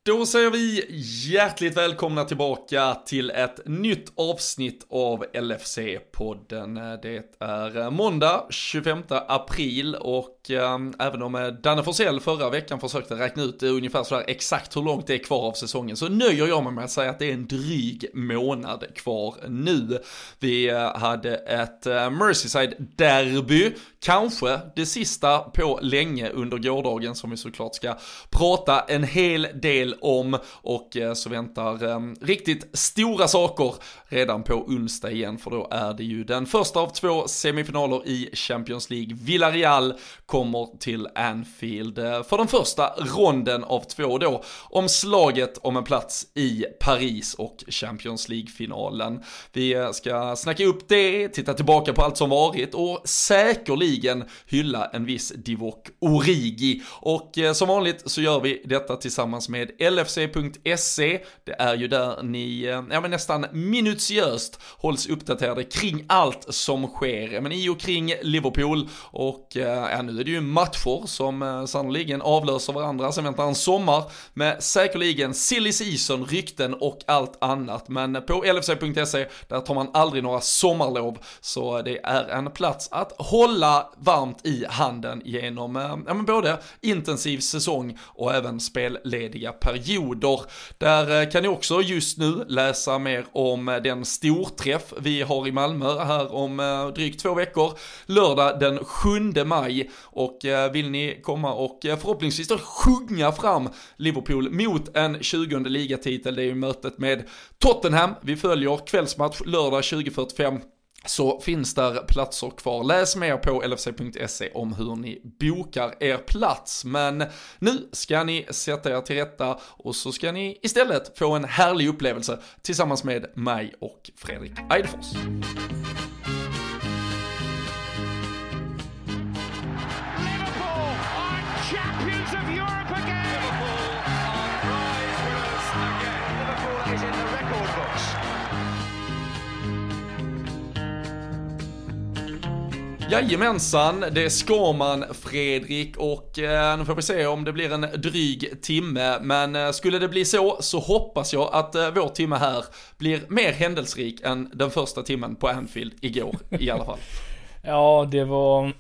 Då säger vi hjärtligt välkomna tillbaka till ett nytt avsnitt av LFC-podden. Det är måndag 25 april och även om Danne Forsell förra veckan försökte räkna ut ungefär så här exakt hur långt det är kvar av säsongen, så nöjer jag mig med att säga att det är en dryg månad kvar nu. Vi hade ett Merseyside-derby, kanske det sista på länge under gårdagen, som vi såklart ska prata en hel del om, och så väntar riktigt stora saker redan på onsdag igen, för då är det ju den första av 2 semifinaler i Champions League. Villarreal kommer till Anfield för den första ronden av 2 då, om slaget om en plats i Paris och Champions League-finalen. Vi ska snacka upp det, titta tillbaka på allt som varit och säkerligen hylla en viss Divock Origi. Och som vanligt så gör vi detta tillsammans med LFC.se. Det är ju där ni nästan minutiöst hålls uppdaterade kring allt som sker. Men i och kring Liverpool, och nu är det ju matcher som sannoliken avlöser varandra. Sen väntar en sommar med säkerligen silly season, rykten och allt annat. Men på LFC.se, där tar man aldrig några sommarlov, så det är en plats att hålla varmt i handen genom både intensiv säsong och även spellediga perioder. Där kan ni också just nu läsa mer om den storträff vi har i Malmö här om drygt 2 veckor, lördag den 7 maj, och vill ni komma och förhoppningsvis då sjunga fram Liverpool mot en 20:e ligatitel, det är ju mötet med Tottenham. Vi följer kvällsmatch lördag 20:45, så finns där platser kvar. Läs mer på lfc.se om hur ni bokar er plats. Men nu ska ni sätta er till rätta, och så ska ni istället få en härlig upplevelse tillsammans med mig och Fredrik Eidefors. Jajamensan, det ska man, Fredrik, och nu får vi se om det blir en dryg timme, men skulle det bli så hoppas jag att vår timme här blir mer händelserik än den första timmen på Anfield igår i alla fall. Ja, det var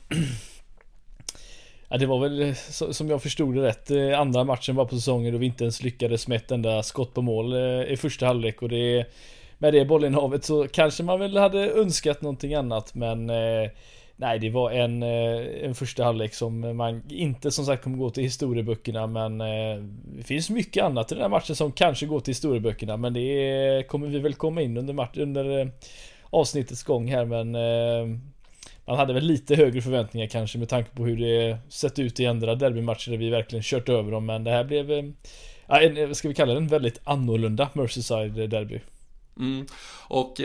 väl som jag förstod det rätt, andra matchen var på säsongen då vi inte ens lyckades med ett enda skott på mål i första halvlek, och med det bollinnehavet så kanske man väl hade önskat någonting annat, men nej, det var en första halvlek som man inte som sagt kommer gå till historieböckerna, men det finns mycket annat i den här matchen som kanske går till historieböckerna, men det kommer vi väl komma in under avsnittets gång här, men man hade väl lite högre förväntningar kanske med tanke på hur det sett ut i andra derbymatcher där vi verkligen kört över dem, men det här blev ska vi kalla det en väldigt annorlunda Merseyside-derby. Och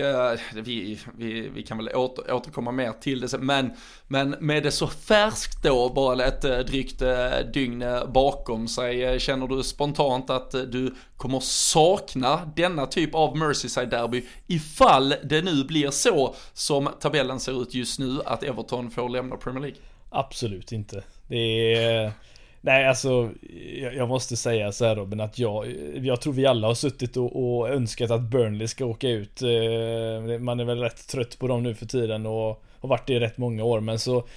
vi kan väl återkomma mer till det, men med det så färskt då, bara ett drygt dygn bakom sig, känner du spontant att du kommer sakna denna typ av Merseyside-derby ifall det nu blir så som tabellen ser ut just nu, att Everton får lämna Premier League? Absolut inte. Det är... Nej, alltså jag måste säga så här, Robin, att jag tror vi alla har suttit och önskat att Burnley ska åka ut. Man är väl rätt trött på dem nu för tiden och har varit det i rätt många år, men så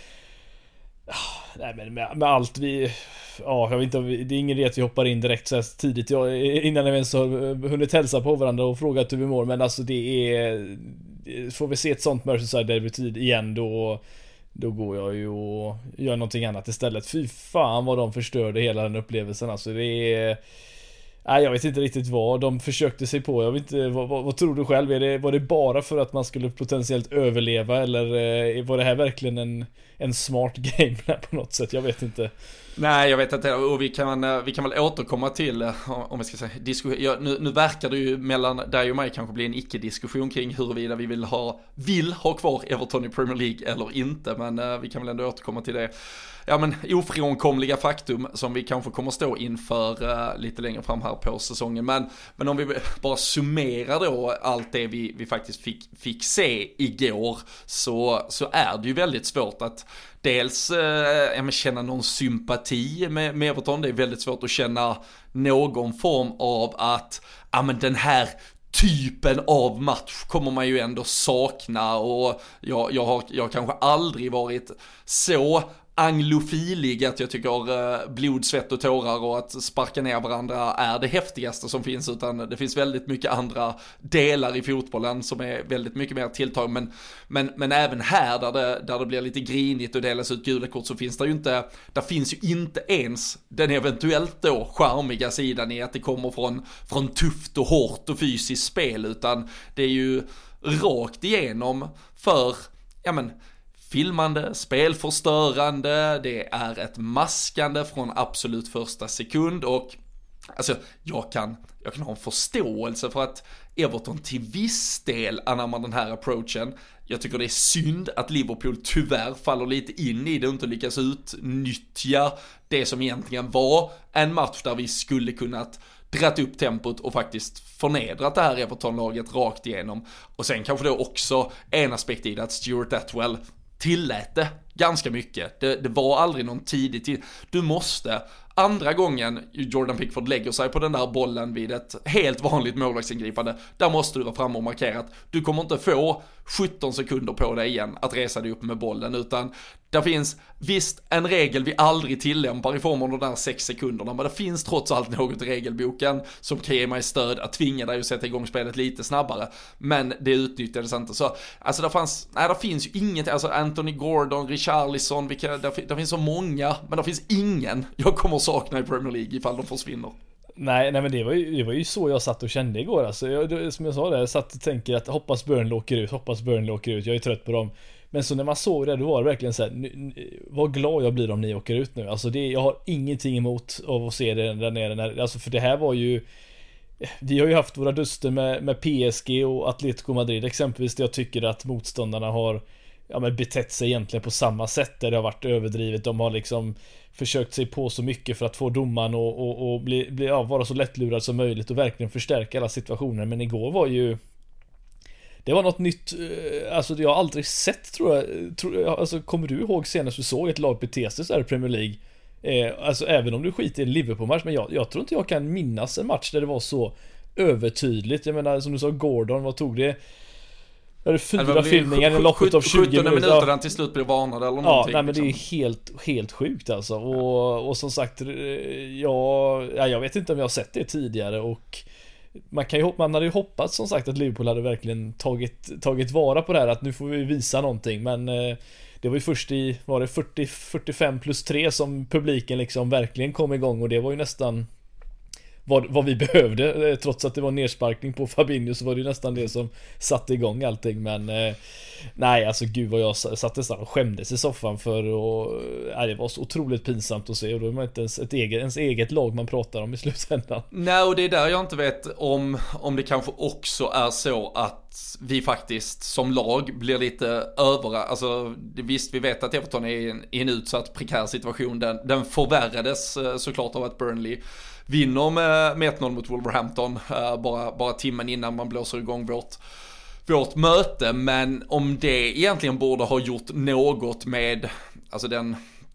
nej, men med allt jag vet inte, det är ingen idé att vi hoppar in direkt så här tidigt innan vi ens har hunnit hälsa på varandra och frågat hur vi mår, men alltså det är, får vi se ett sånt Merseyside-derby igen, då går jag ju och gör någonting annat istället. Fy fan vad de förstörde hela den upplevelsen. Alltså det är... Nej, jag vet inte riktigt vad de försökte sig på. Jag vet inte, vad tror du själv? Var det bara för att man skulle potentiellt överleva, eller var det här verkligen en smart game på något sätt? Jag vet inte. Nej, jag vet inte, och vi kan väl återkomma till, om vi ska säga nu verkar det ju mellan dig och mig kanske bli en icke-diskussion kring huruvida vi vill ha kvar Everton i Premier League eller inte, men vi kan väl ändå återkomma till det ofrånkomliga faktum som vi kanske kommer stå inför lite längre fram här på säsongen. Men om vi bara summerar då allt det vi faktiskt fick se igår, så är det ju väldigt svårt att dels känna någon sympati med Everton. Det är väldigt svårt att känna någon form av att den här typen av match kommer man ju ändå sakna, och jag har kanske aldrig varit så anglofilig att jag tycker blod, svett och tårar och att sparka ner varandra är det häftigaste som finns, utan det finns väldigt mycket andra delar i fotbollen som är väldigt mycket mer tilltag, men även här där det blir lite grinigt och delas ut gula kort, så finns det ju inte, där finns ju inte ens den eventuellt då charmiga sidan i att det kommer från tufft och hårt och fysiskt spel, utan det är ju rakt igenom för filmande, spelförstörande, det är ett maskande från absolut första sekund, och alltså jag kan ha en förståelse för att Everton till viss del anammar den här approachen. Jag tycker det är synd att Liverpool tyvärr faller lite in i det och inte lyckas utnyttja det som egentligen var en match där vi skulle kunnat dratt upp tempot och faktiskt förnedrat det här Everton-laget rakt igenom. Och sen kanske det också en aspekt i det att Stuart Atwell tillät det ganska mycket. Det var aldrig någon tidig tid. Du måste, andra gången Jordan Pickford lägger sig på den där bollen vid ett helt vanligt målvaktsingripande, där måste du vara framme och markera att du kommer inte få 17 sekunder på dig igen att resa dig upp med bollen, utan det finns visst en regel vi aldrig tillämpar i form av de där 6 sekunderna, men det finns trots allt något i regelboken som kan ge mig stöd att tvinga dig att sätta igång spelet lite snabbare, men det utnyttjades inte. Så alltså det finns ju inget, alltså Anthony Gordon, Richarlison, det finns så många, men det finns ingen jag kommer sakna i Premier League ifall de försvinner. Nej, men det var ju så jag satt och kände igår. Alltså, som jag sa där, jag satt och tänker att hoppas Burnley åker ut, jag är trött på dem. Men så när man såg det, då var det verkligen så här, vad glad jag blir om ni åker ut nu. Alltså jag har ingenting emot av att se det där nere. Alltså för det här var ju, vi har ju haft våra duster med PSG och Atletico Madrid exempelvis, där jag tycker att motståndarna har betett sig egentligen på samma sätt, där det har varit överdrivet. De har liksom försökt sig på så mycket för att få domaren och vara så lättlurad som möjligt och verkligen förstärka alla situationer. Men igår var ju, det var något nytt, alltså det jag aldrig sett tror jag. Alltså kommer du ihåg senast du såg ett lag bete sig så här i Premier League? Alltså även om du skiter i en Liverpool-match, men jag tror inte jag kan minnas en match där det var så övertydligt. Jag menar, som du sa, Gordon, vad tog det? Är det 4 filmningar i loppet av 20 minuter den till slut blir varnad eller någonting. Ja, men det är helt sjukt alltså. Och som sagt, jag vet inte om jag har sett det tidigare, och man hade ju hoppats som sagt att Liverpool hade verkligen tagit vara på det här, att nu får vi visa någonting, men det var ju först i 45 plus 3 som publiken liksom verkligen kom igång, och det var ju nästan vad vi behövde. Trots att det var nersparkning på Fabinho, så var det ju nästan det som satte igång allting. Men nej, alltså gud vad jag satt nästan och skämdes i soffan för, och det var så otroligt pinsamt att se. Och då är man inte ens eget lag man pratar om i slutändan. Nej, och det är där jag inte vet om det kanske också är så att vi faktiskt som lag blir lite alltså visst, vi vet att Everton är i en utsatt prekär situation. Den förvärrades såklart av att Burnley vinner med 1-0 mot Wolverhampton bara timmen innan man blåser igång vårt möte. Men om det egentligen borde ha gjort något med alltså den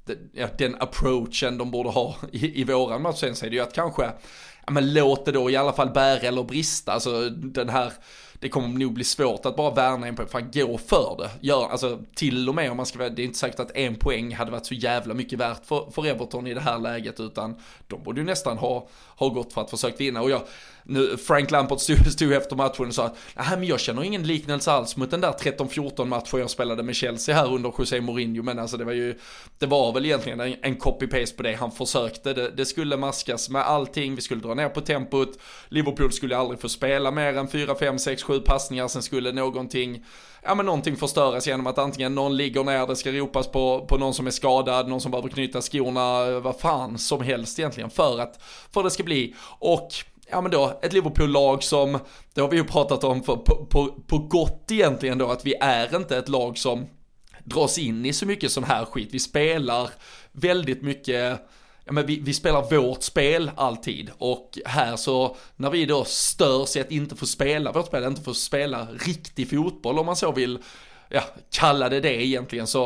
approachen de borde ha i våran match, sen så är det ju att kanske låt det då i alla fall bära eller brista. Alltså det kommer nog bli svårt att bara värna en poäng, fan gå för det. Alltså till och med om man ska, det är inte säkert att en poäng hade varit så jävla mycket värt för Everton i det här läget, utan de borde ju nästan ha gått för att försöka vinna. Och Frank Lampard stod efter matchen och sa att men jag känner ingen liknelse alls mot den där 13-14 matchen jag spelade med Chelsea här under José Mourinho, men alltså det var väl egentligen en copy-paste på det han försökte. Det skulle maskas med allting, vi skulle dra ner på tempot, Liverpool skulle aldrig få spela mer än 4, 5, 6, 7 passningar, sen skulle någonting förstöras genom att antingen någon ligger ner, det ska ropas på någon som är skadad, någon som behöver knyta skorna, vad fan som helst egentligen för det ska bli. Och då ett Liverpool-lag som, det har vi ju pratat om på gott egentligen då, att vi är inte ett lag som dras in i så mycket sån här skit. Vi spelar väldigt mycket, vi spelar vårt spel alltid, och här så när vi då störs i att inte få spela vårt spel, inte få spela riktig fotboll om man så vill kalla det egentligen, så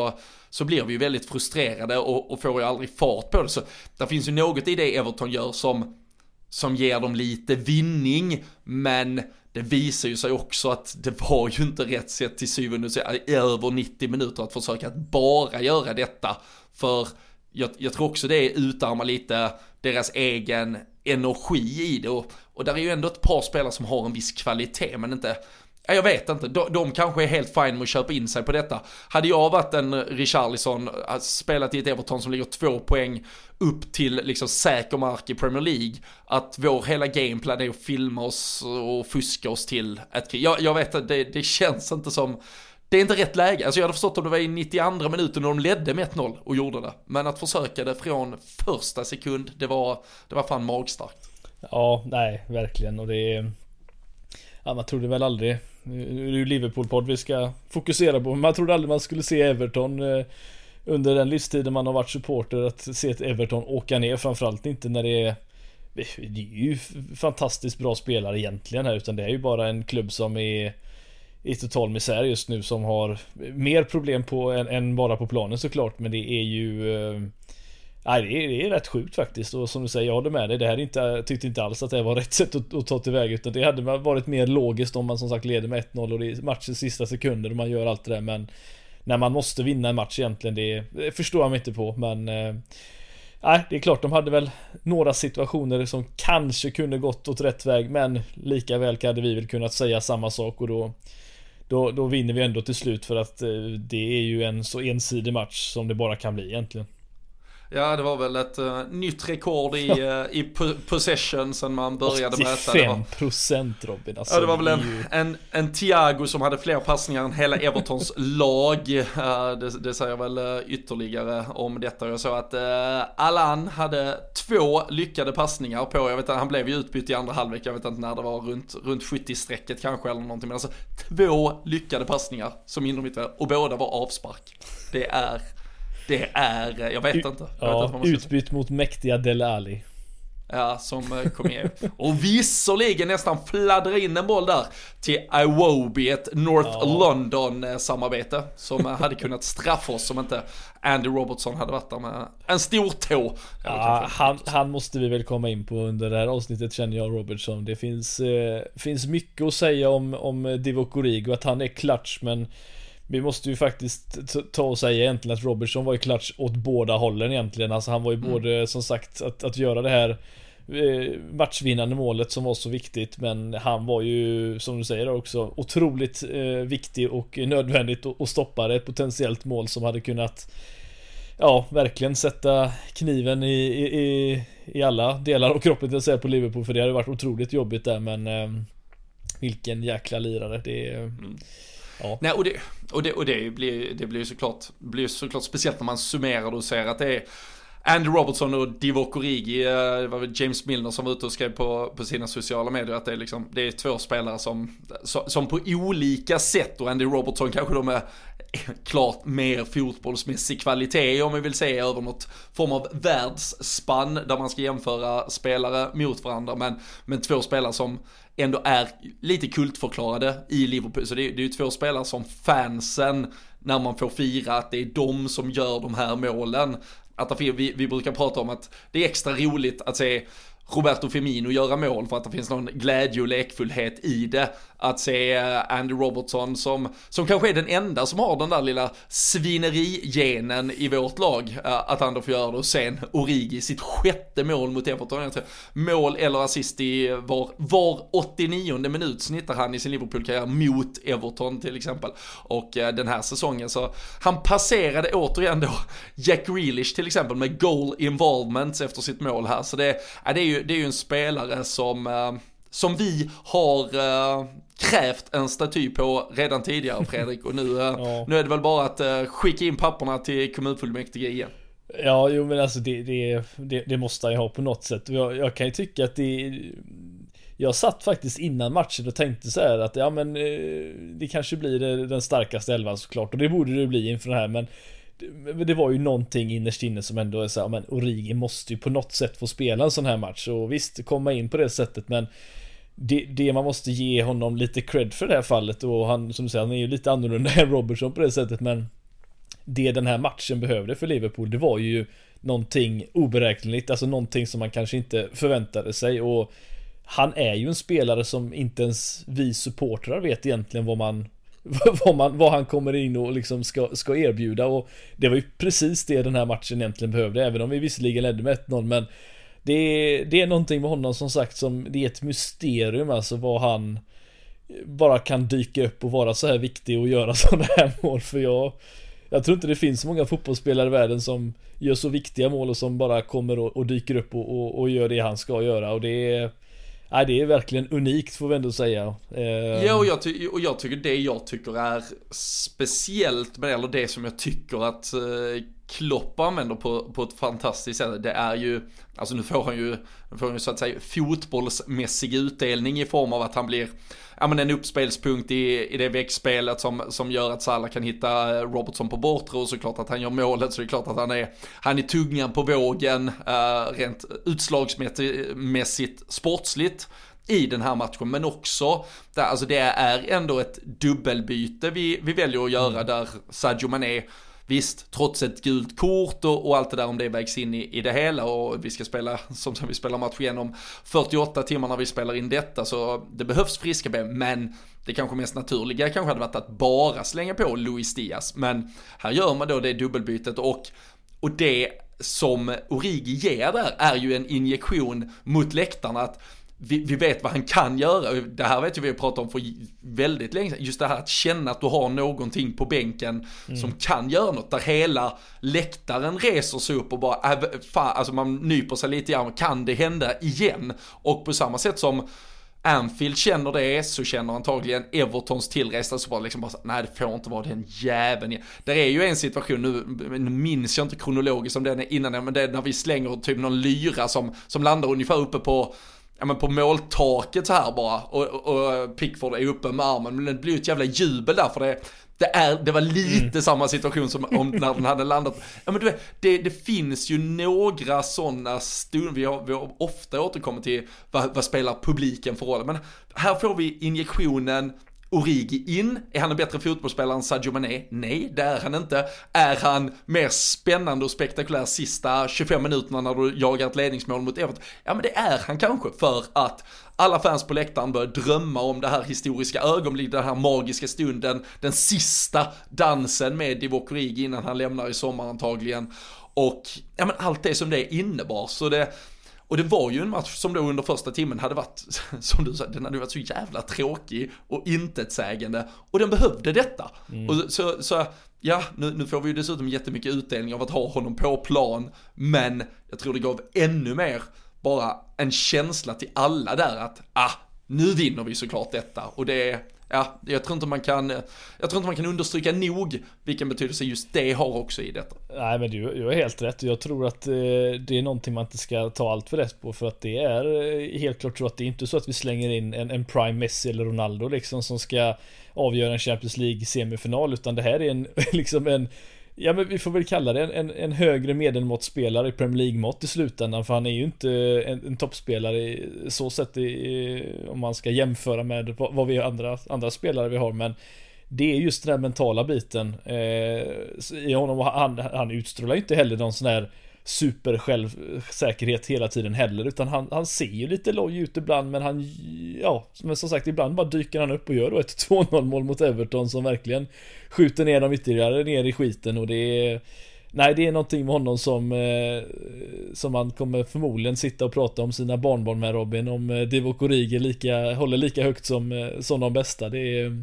så blir vi ju väldigt frustrerade och får ju aldrig fart på det. Så det finns ju något i det Everton gör som ger dem lite vinning, men det visar ju sig också att det var ju inte rätt sätt till syvende i över 90 minuter att försöka att bara göra detta, för jag tror också det utarmar lite deras egen energi i det, och där är ju ändå ett par spelare som har en viss kvalitet, men inte, jag vet inte, de kanske är helt fine med att köpa in sig på detta. Hade jag varit en Richarlison, spelat i ett Everton som ligger 2 poäng upp till liksom säker mark i Premier League, att vår hela gameplan är att filma oss och fuska oss till ett krig. Jag vet att det känns inte som, det är inte rätt läge. Alltså jag hade förstått om det var i 92 minuten när de ledde med 1-0 och gjorde det, men att försöka det från första sekund, det var fan magstarkt. Ja, nej, verkligen. Och det är, ja, man trodde väl aldrig, nu är det ju Liverpool-podd vi ska fokusera på, men man trodde aldrig man skulle se Everton under den livstiden man har varit supporter, att se ett Everton åka ner, framförallt inte när det är ju fantastiskt bra spelare egentligen här, utan det är ju bara en klubb som är i total misär just nu, som har mer problem än bara på planen såklart, men det är ju det är rätt sjukt faktiskt. Och som du säger, jag håller med dig, det här tyckte inte alls att det var rätt sätt att ta tillväga, utan det hade varit mer logiskt om man som sagt leder med 1-0 och det är matchens sista sekunder och man gör allt det där, men när man måste vinna en match egentligen, det förstår jag mig inte på, men det är klart de hade väl några situationer som kanske kunde gått åt rätt väg, men lika väl hade vi väl kunnat säga samma sak, och då vinner vi ändå till slut, för att det är ju en så ensidig match som det bara kan bli egentligen. Ja, det var väl ett nytt rekord i possession sen man började mäta. 85% Robin. Alltså, ja, det var väl en Thiago som hade fler passningar än hela Evertons lag. Det säger väl ytterligare om detta. Jag såg att Alan hade 2 lyckade passningar på, jag vet inte, han blev ju utbytt i andra halvlek, jag vet inte när det var, runt 70-strecket kanske eller någonting, men alltså 2 lyckade passningar som inre mittfältare, och båda var avspark. Det är, jag vet inte. Utbytt mot mäktiga Dele Alli. Ja, som kom med. Och visserligen nästan fladdrar in en boll där till Iwobi, ett North London-samarbete som hade kunnat straffa oss om inte Andy Robertson hade varit där med en stor tå. Han måste vi väl komma in på under det här avsnittet, känner jag, Robertson. Det finns mycket att säga om Divock Origi, att han är clutch, men vi måste ju faktiskt ta och säga egentligen att Robertson var ju clutch åt båda hållen egentligen. Alltså han var ju både, som sagt, att göra det här matchvinnande målet som var så viktigt, men han var ju, som du säger också, otroligt viktig och nödvändigt att stoppa ett potentiellt mål som hade kunnat verkligen sätta kniven i alla delar av kroppen, jag säger, på Liverpool, för det hade varit otroligt jobbigt där, men vilken jäkla lirare det är. Ja. Nej, och det blir såklart speciellt när man summerar och ser att det är Andy Robertson och Divock Origi. Det var väl James Milner som var ute och skrev på sina sociala medier att det är 2 spelare som på olika sätt, och Andy Robertson kanske de är klart mer fotbollsmässig kvalitet om vi vill säga över något form av världsspann där man ska jämföra spelare mot varandra, men 2 spelare som ändå är lite kultförklarade i Liverpool. Så det är ju 2 spelare som fansen, när man får fira att det är de som gör de här målen, att vi brukar prata om att det är extra roligt att se Roberto Firmino göra mål för att det finns någon glädje och lekfullhet i det. Att se Andy Robertson som kanske är den enda som har den där lilla svineri-genen i vårt lag, att han då får göra det. Och sen Origi, sitt 6:e mål mot Everton. Mål eller assist i var 89:e minut snittar han i sin Liverpool-karriär mot Everton till exempel. Och den här säsongen så han passerade återigen då Jack Grealish till exempel med goal involvements efter sitt mål här. Så det är ju en spelare som vi har krävt en staty på redan tidigare, Fredrik, och nu är det väl bara att skicka in papperna till kommunfullmäktige igen. Ja, jo, men alltså det måste jag ha på något sätt. Jag kan ju tycka att jag satt faktiskt innan matchen och tänkte så här att det kanske blir den starkaste elvan såklart, och det borde det bli inför det här, men det var ju någonting innerst inne som ändå är så här, men Origi måste ju på något sätt få spela en sån här match, och visst komma in på det sättet, men det man måste ge honom lite cred för det här fallet, och han, som du säger, han är ju lite annorlunda än Robertson på det sättet, men det den här matchen behövde för Liverpool, det var ju någonting oberäkneligt, alltså någonting som man kanske inte förväntade sig. Och han är ju en spelare som inte ens vi supportrar vet egentligen vad han kommer in och liksom ska erbjuda, och det var ju precis det den här matchen egentligen behövde, även om vi visserligen ledde med 1-0, men det är någonting med honom som sagt som det är ett mysterium, alltså vad han bara kan dyka upp och vara så här viktig och göra sådana här mål. För jag tror inte det finns så många fotbollsspelare i världen som gör så viktiga mål och som bara kommer och dyker upp och gör det han ska göra, och det är verkligen unikt, får vi ändå säga. Ja, och jag tycker det jag tycker är speciellt med det, eller det som jag tycker att Klopp använder på ett fantastiskt sätt, det är ju, alltså nu får han ju så att säga fotbollsmässig utdelning i form av att han blir en uppspelspunkt i det växtspelet som gör att Salah kan hitta Robertson på bortre, och såklart att han gör målet, så det är klart att han är tungan på vågen rent utslagsmässigt sportsligt i den här matchen, men också där, alltså det är ändå ett dubbelbyte vi väljer att göra där Sadio Mané, visst, trots ett gult kort och allt det där, om det vägs in i det hela, och vi ska spela som vi spelar match igen om 48 timmar när vi spelar in detta, så det behövs friska ben, men det kanske mest naturliga kanske hade varit att bara slänga på Luis Diaz, men här gör man då det dubbelbytet, och det som Origi ger där är ju en injektion mot läktarna, att vi vet vad han kan göra. Det här vet vi har pratat om för väldigt länge. Just det här att känna att du har någonting på bänken som kan göra något. Där hela läktaren reser sig upp och bara alltså man nyper sig lite grann. Kan det hända igen? Och på samma sätt som Anfield känner det, så känner antagligen Evertons tillresta, så bara liksom nej, det får inte vara den jäveln. Det är ju en situation, nu minns jag inte kronologiskt som den är innan, men det är när vi slänger typ någon lyra som landar ungefär uppe på måltaket så här bara, och Pickford är uppe med armen, men det blir ett jävla jubel där, för det var lite samma situation som om när den hade landat. Ja, men du vet, det finns ju några sådana stunder, vi har ofta återkommit till vad spelar publiken för roll, men här får vi injektionen Origi in. Är han en bättre fotbollsspelare än Sadio Mané? Nej, det är han inte. Är han mer spännande och spektakulär sista 25 minuterna när du jagar ett ledningsmål mot Everton? Ja, men det är han kanske, för att alla fans på läktaren börjar drömma om det här historiska ögonblicket, den här magiska stunden, den sista dansen med Divock Origi innan han lämnar i sommar antagligen. Och allt det som det innebar, och det var ju en match som då under första timmen hade varit, som du sa, den hade varit så jävla tråkig och intetsägande, och den behövde detta. Och så ja, nu får vi ju dessutom jättemycket utdelning av att ha honom på plan, men jag tror det gav ännu mer bara en känsla till alla där att nu vinner vi såklart detta, och jag tror inte man kan understryka nog vilken betydelse just det har också i detta. Nej, men du är helt rätt. Jag tror att det är någonting man inte ska ta allt för rätt på, för att det är helt klart så att det är inte så att vi slänger in en prime Messi eller Ronaldo liksom som ska avgöra en Champions League semifinal, utan det här är en ja, men vi får väl kalla det en högre medelmåttspelare i Premier League-mått i slutändan, för han är ju inte en toppspelare i så sätt om man ska jämföra med vad vi andra spelare vi har, men det är just den här mentala biten i honom, och han utstrålar ju inte heller någon sån här super självsäkerhet hela tiden heller, utan han ser ju lite loj ut ibland, men men som sagt, ibland bara dyker han upp och gör då ett 2-0 mål mot Everton som verkligen skjuter ner dem ytterligare ner i skiten, och det är någonting med honom som man kommer förmodligen sitta och prata om sina barnbarn med, Robin, om Divock Origi håller lika högt som de bästa.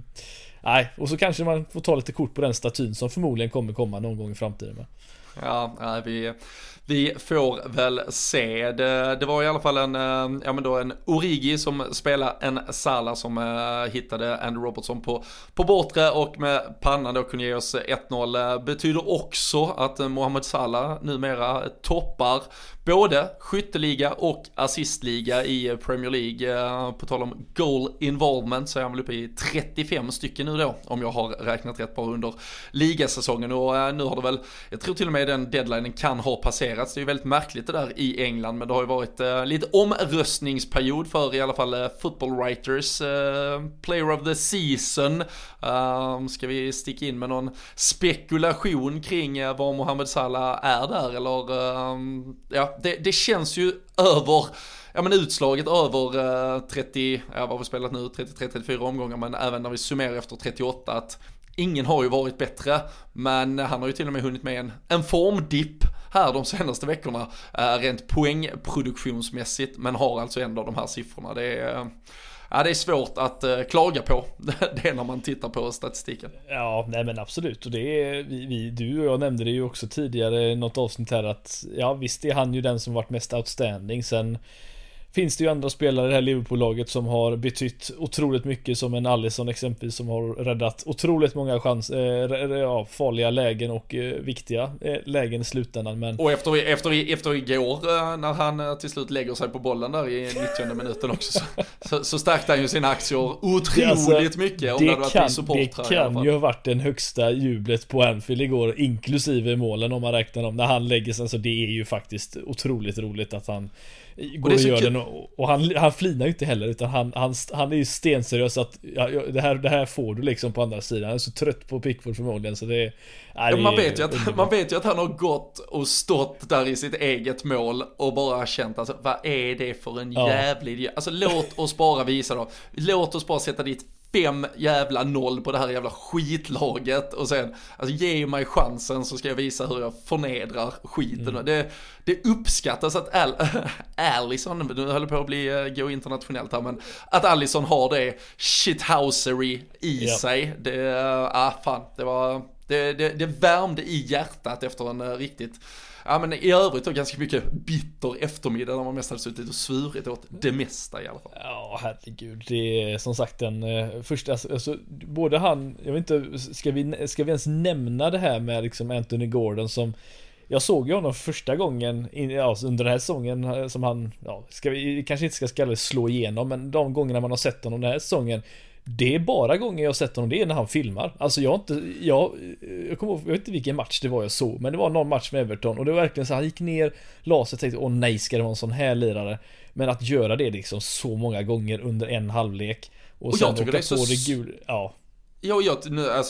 Och så kanske man får ta lite kort på den statyn som förmodligen kommer komma någon gång i framtiden med. Ja, vi får väl se. Det var i alla fall en Origi som spelar en Salah som hittade Andy Robertson på bortre och med pannan då kunde ge oss 1-0. Betyder också att Mohamed Salah numera toppar både skytteliga och assistliga i Premier League. På tal om goal involvement så är han väl uppe i 35 stycken nu då, om jag har räknat rätt på under ligasäsongen. Och nu har det väl, jag tror till och med den deadlinen kan ha passerats. Det är ju väldigt märkligt det där i England, men det har ju varit lite omröstningsperiod för i alla fall Football Writers Player of the Season. Ska vi sticka in med någon spekulation kring vad Mohamed Salah är där, eller ja, det känns ju över, ja men utslaget över 30, vad har vi spelat nu, 33-34 omgångar, men även när vi summerar efter 38 att ingen har ju varit bättre, men han har ju till och med hunnit med en formdipp här de senaste veckorna, rent poängproduktionsmässigt, men har alltså ändå de här siffrorna. Det är svårt att klaga på det när man tittar på statistiken. Ja, nej men absolut. Och det är, du och jag nämnde det ju också tidigare i något avsnitt här att ja, visst är han ju den som varit mest outstanding. Sen finns det ju andra spelare i det här Liverpool-laget som har betytt otroligt mycket, som en Alisson exempelvis, som har räddat otroligt många farliga lägen och viktiga lägen i slutändan. Men... Och efter igår när han till slut lägger sig på bollen där i 90:e minuten också så stärkte han ju sina aktier otroligt mycket. Om det kan ju ha varit den högsta jublet på Anfield igår, inklusive målen om man räknar om när han lägger sig, så det är ju faktiskt otroligt roligt att han går och gör den, och han flinar ju inte heller, utan han är ju stenseriös att det här får du liksom på andra sidan. Han är så trött på Pickford förmodligen, så det man vet ju att han har gått och stått där i sitt eget mål och bara känt alltså, vad är det för en jävlig, alltså låt oss bara visa då, låt oss bara sätta dit 5 jävla 0 på det här jävla skitlaget och sen, alltså ge mig chansen så ska jag visa hur jag förnedrar skiten. Det uppskattas att Alisson, nu höll på att gå internationellt här, men att Alisson har det shithousery i sig, det värmde i hjärtat efter en riktigt, ja men i övrigt då ganska mycket bitter eftermiddag när man mest hade suttit och svurit åt det mesta i alla fall. Ja, herregud. Det är som sagt den första, alltså både han, jag vet inte, ska vi ens nämna det här med liksom Anthony Gordon, som jag såg ju honom första gången under den här säsongen, som han, vi kanske inte ska kalla det slå igenom, men de gångerna man har sett honom den här säsongen, det är bara gånger jag har sett honom, det är när han filmar. Alltså jag vet inte vilken match det var jag såg, men det var någon match med Everton och det var verkligen så han gick ner, la sig och tänkte, nej, ska det vara en sån här lirare? Men att göra det liksom så många gånger under en halvlek och sen åka på det gul, Jag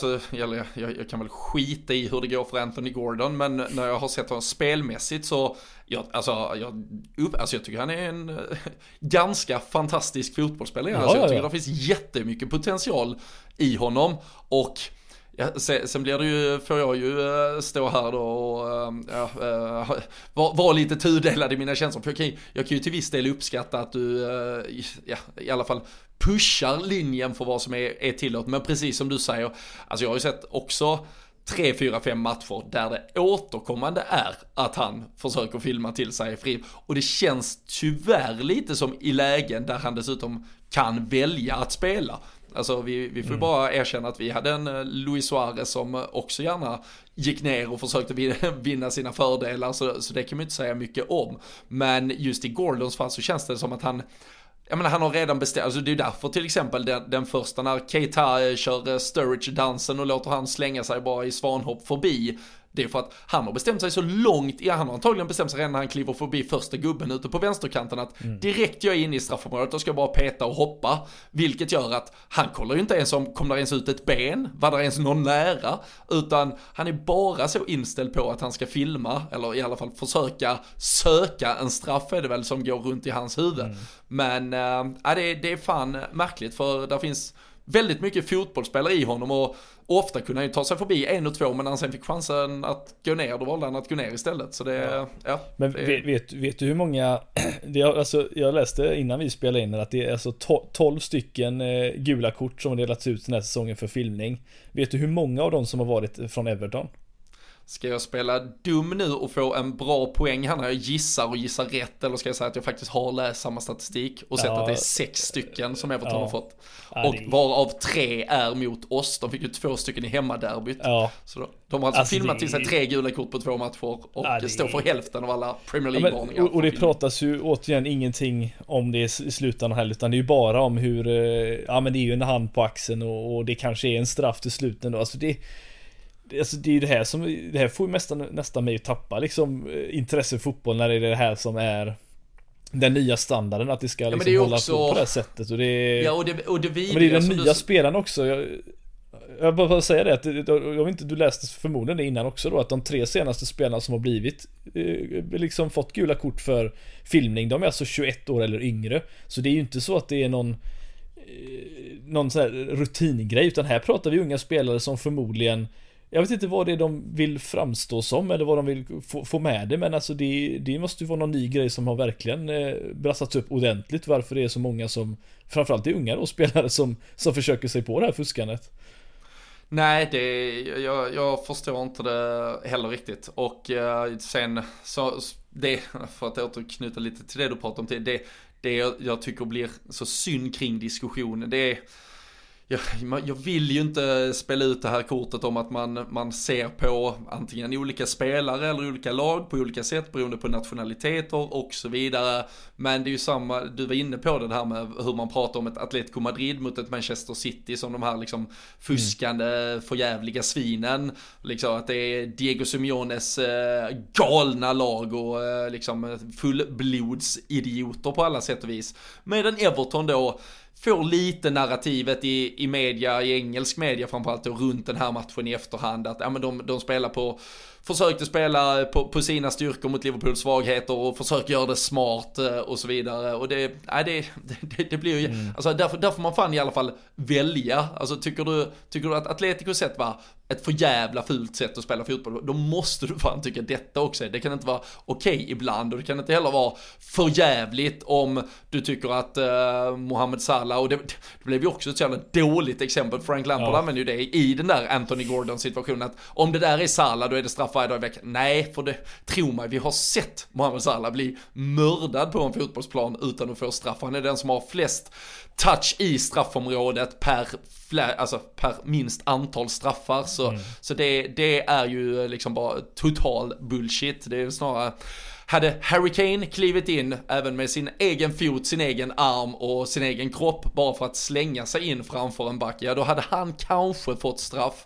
kan väl skita i hur det går för Anthony Gordon, men när jag har sett honom spelmässigt så jag tycker han är en ganska fantastisk fotbollsspelare. Jag tycker det finns jättemycket potential i honom, och sen blir det ju, får jag ju stå här då och vara lite tudelad i mina känslor, för jag kan ju till viss del uppskatta att du i alla fall pushar linjen för vad som är tillåtet, men precis som du säger, alltså jag har ju sett också 3-4-5 matcher där det återkommande är att han försöker filma till sig fri, och det känns tyvärr lite som i lägen där han dessutom kan välja att spela. Alltså vi får bara erkänna att vi hade en Luis Suarez som också gärna gick ner och försökte vinna sina fördelar, så det kan man inte säga mycket om. Men just i Gordons fall så känns det som att han har redan bestämt, alltså det är därför till exempel den första när Keita kör Sturridge-dansen och låter han slänga sig bara i svanhopp förbi. Det är för att han har bestämt sig så långt, han har antagligen bestämt sig redan när han kliver förbi första gubben ute på vänsterkanten att direkt jag är inne i straffområdet och ska bara peta och hoppa, vilket gör att han kollar ju inte ens om kommer det ens ut ett ben, var det ens någon nära, utan han är bara så inställd på att han ska filma, eller i alla fall försöka söka en straff är det väl som går runt i hans huvud. Men det är fan märkligt, för där finns väldigt mycket fotbollsspelare i honom, och ofta kunde han ju ta sig förbi 1 och 2, men när han sen fick chansen att gå ner, då valde han att gå ner istället. Så det, Men vet du hur många jag läste innan vi spelade in att det är alltså 12 stycken gula kort som har delats ut den här säsongen för filmning. Vet du hur många av dem som har varit från Everton? Ska jag spela dum nu och få en bra poäng här när jag gissar rätt, eller ska jag säga att jag faktiskt har läst samma statistik och sett att det är 6 stycken som Everton har fått. Och varav 3 är mot oss. De fick ju 2 stycken i hemmaderbyt. Så de har alltså filmat till sig 3 gula kort på 2 matcher och står för hälften av alla Premier League-varningar. Och det pratas ju återigen ingenting om det i slutändan heller, utan det är ju bara om hur, men det är ju en hand på axeln och det kanske är en straff till sluten då. Alltså det är ju det här får ju nästan mig att tappa liksom intresse för fotboll, när det är det här som är den nya standarden, att det ska liksom hålla också på det här sättet. Och det, men det är den nya spelaren också. Jag bara säga det, att jag vet inte, du läste förmodligen det innan också då, att de 3 senaste spelarna som har blivit liksom fått gula kort för filmning, de är alltså 21 år eller yngre. Så det är ju inte så att det är någon sån här rutingrej, utan här pratar vi unga spelare som förmodligen, jag vet inte vad det är de vill framstå som eller vad de vill få med det, men alltså det måste ju vara någon ny grej som har verkligen brassats upp ordentligt, varför det är så många som, framförallt är unga och spelare som försöker sig på det här fuskandet. Nej, jag förstår inte det heller riktigt. Och sen så det, för att återknyta lite till det du pratade om till, det jag tycker blir så synd kring diskussionen, det är, jag vill ju inte spela ut det här kortet om att man ser på antingen olika spelare eller olika lag på olika sätt beroende på nationaliteter och så vidare. Men det är ju samma, du var inne på det här med hur man pratar om ett Atletico Madrid mot ett Manchester City som de här liksom fuskande, förjävliga svinen. Liksom att det är Diego Simeones galna lag och liksom fullblodsidioter på alla sätt och vis. Medan Everton då får lite narrativet i media, i engelsk media framförallt då, runt den här matchen i efterhand, att men de spelar försökte spela på sina styrkor mot Liverpools svagheter och försöker göra det smart och så vidare. Och det blir ju, alltså där får man fan i alla fall välja. Alltså tycker du att Atletico sätt var ett för jävla fult sätt att spela fotboll, då måste du fan tycka detta också. Det kan inte vara okej ibland, och det kan inte heller vara för jävligt om du tycker att Mohamed Salah, och det blev ju också ett jävla dåligt exempel. Frank Lampard använder ju det i den där Anthony Gordon situationen, att om det där är Salah, då är det straff varje dag i veckan. Nej, för det, tro mig, vi har sett Mohamed Salah bli mördad på en fotbollsplan utan att få straff. Han är den som har flest touch i straffområdet per minst antal straffar, så det är ju liksom bara total bullshit. Det är ju snarare, hade Harry Kane klivit in även med sin egen fot, sin egen arm och sin egen kropp bara för att slänga sig in framför en back, ja då hade han kanske fått straff.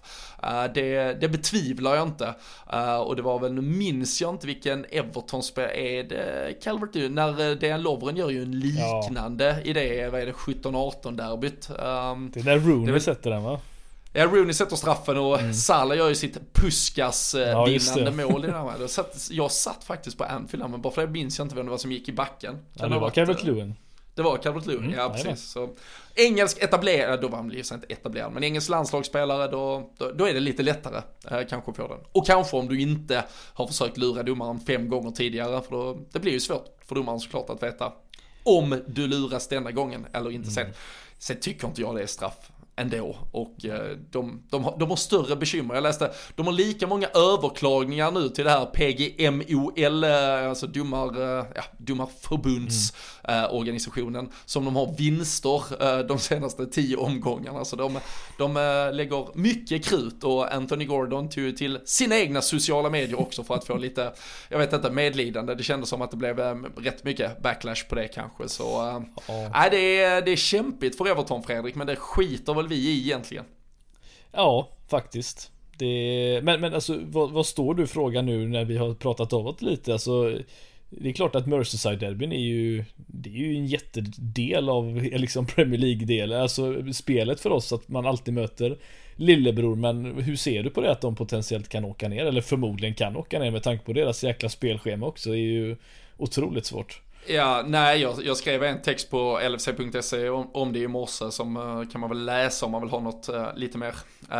Det betvivlar jag inte. Och det var väl, nu minns jag inte vilken Everton-spel är det, Calvert-Lewin, när Dejan Lovren gör ju en liknande i det, vad är det, 17-18 derbyt. Det är där Rooney sätter den, va? Ja, Rooney sätter straffen och Salah gör ju sitt Puskas vinnande mål i den här. Jag satt faktiskt på Anfield, men bara för det minns jag inte vem det var som gick i backen. Det var Calvert-Lewin. Det var Calvert-Lewin, ja precis. Så, engelsk etablerad, då var han inte etablerad, men engelsk landslagsspelare, då är det lite lättare kanske att få den. Och kanske om du inte har försökt lura domaren 5 gånger tidigare, för det blir ju svårt för domaren såklart att veta om du luras denna gången eller inte sen. Sen tycker inte jag det är straff ändå, och de har större bekymmer. Jag läste, de har lika många överklagningar nu till det här PGMOL, alltså domarförbunds organisationen, som de har vinster de senaste 10 omgångarna. Så de lägger mycket krut, och Anthony Gordon tog till sina egna sociala medier också för att få lite, jag vet inte, medlidande. Det kändes som att det blev rätt mycket backlash på det kanske. Så det är kämpigt för Everton, Fredrik, men det skiter väl vi i egentligen. Ja, faktiskt. Men alltså, vad står du frågan nu när vi har pratat av det lite? Alltså, det är klart att Merseyside-derbyn det är ju en jättedel av liksom Premier League-del. Alltså spelet för oss, att man alltid möter lillebror. Men hur ser du på det, att de potentiellt kan åka ner, eller förmodligen kan åka ner, med tanke på deras jäkla spelschema också? Det är ju otroligt svårt. Ja, nej, jag skrev en text på lfc.se om det i morse, som kan man väl läsa om man vill ha något lite mer,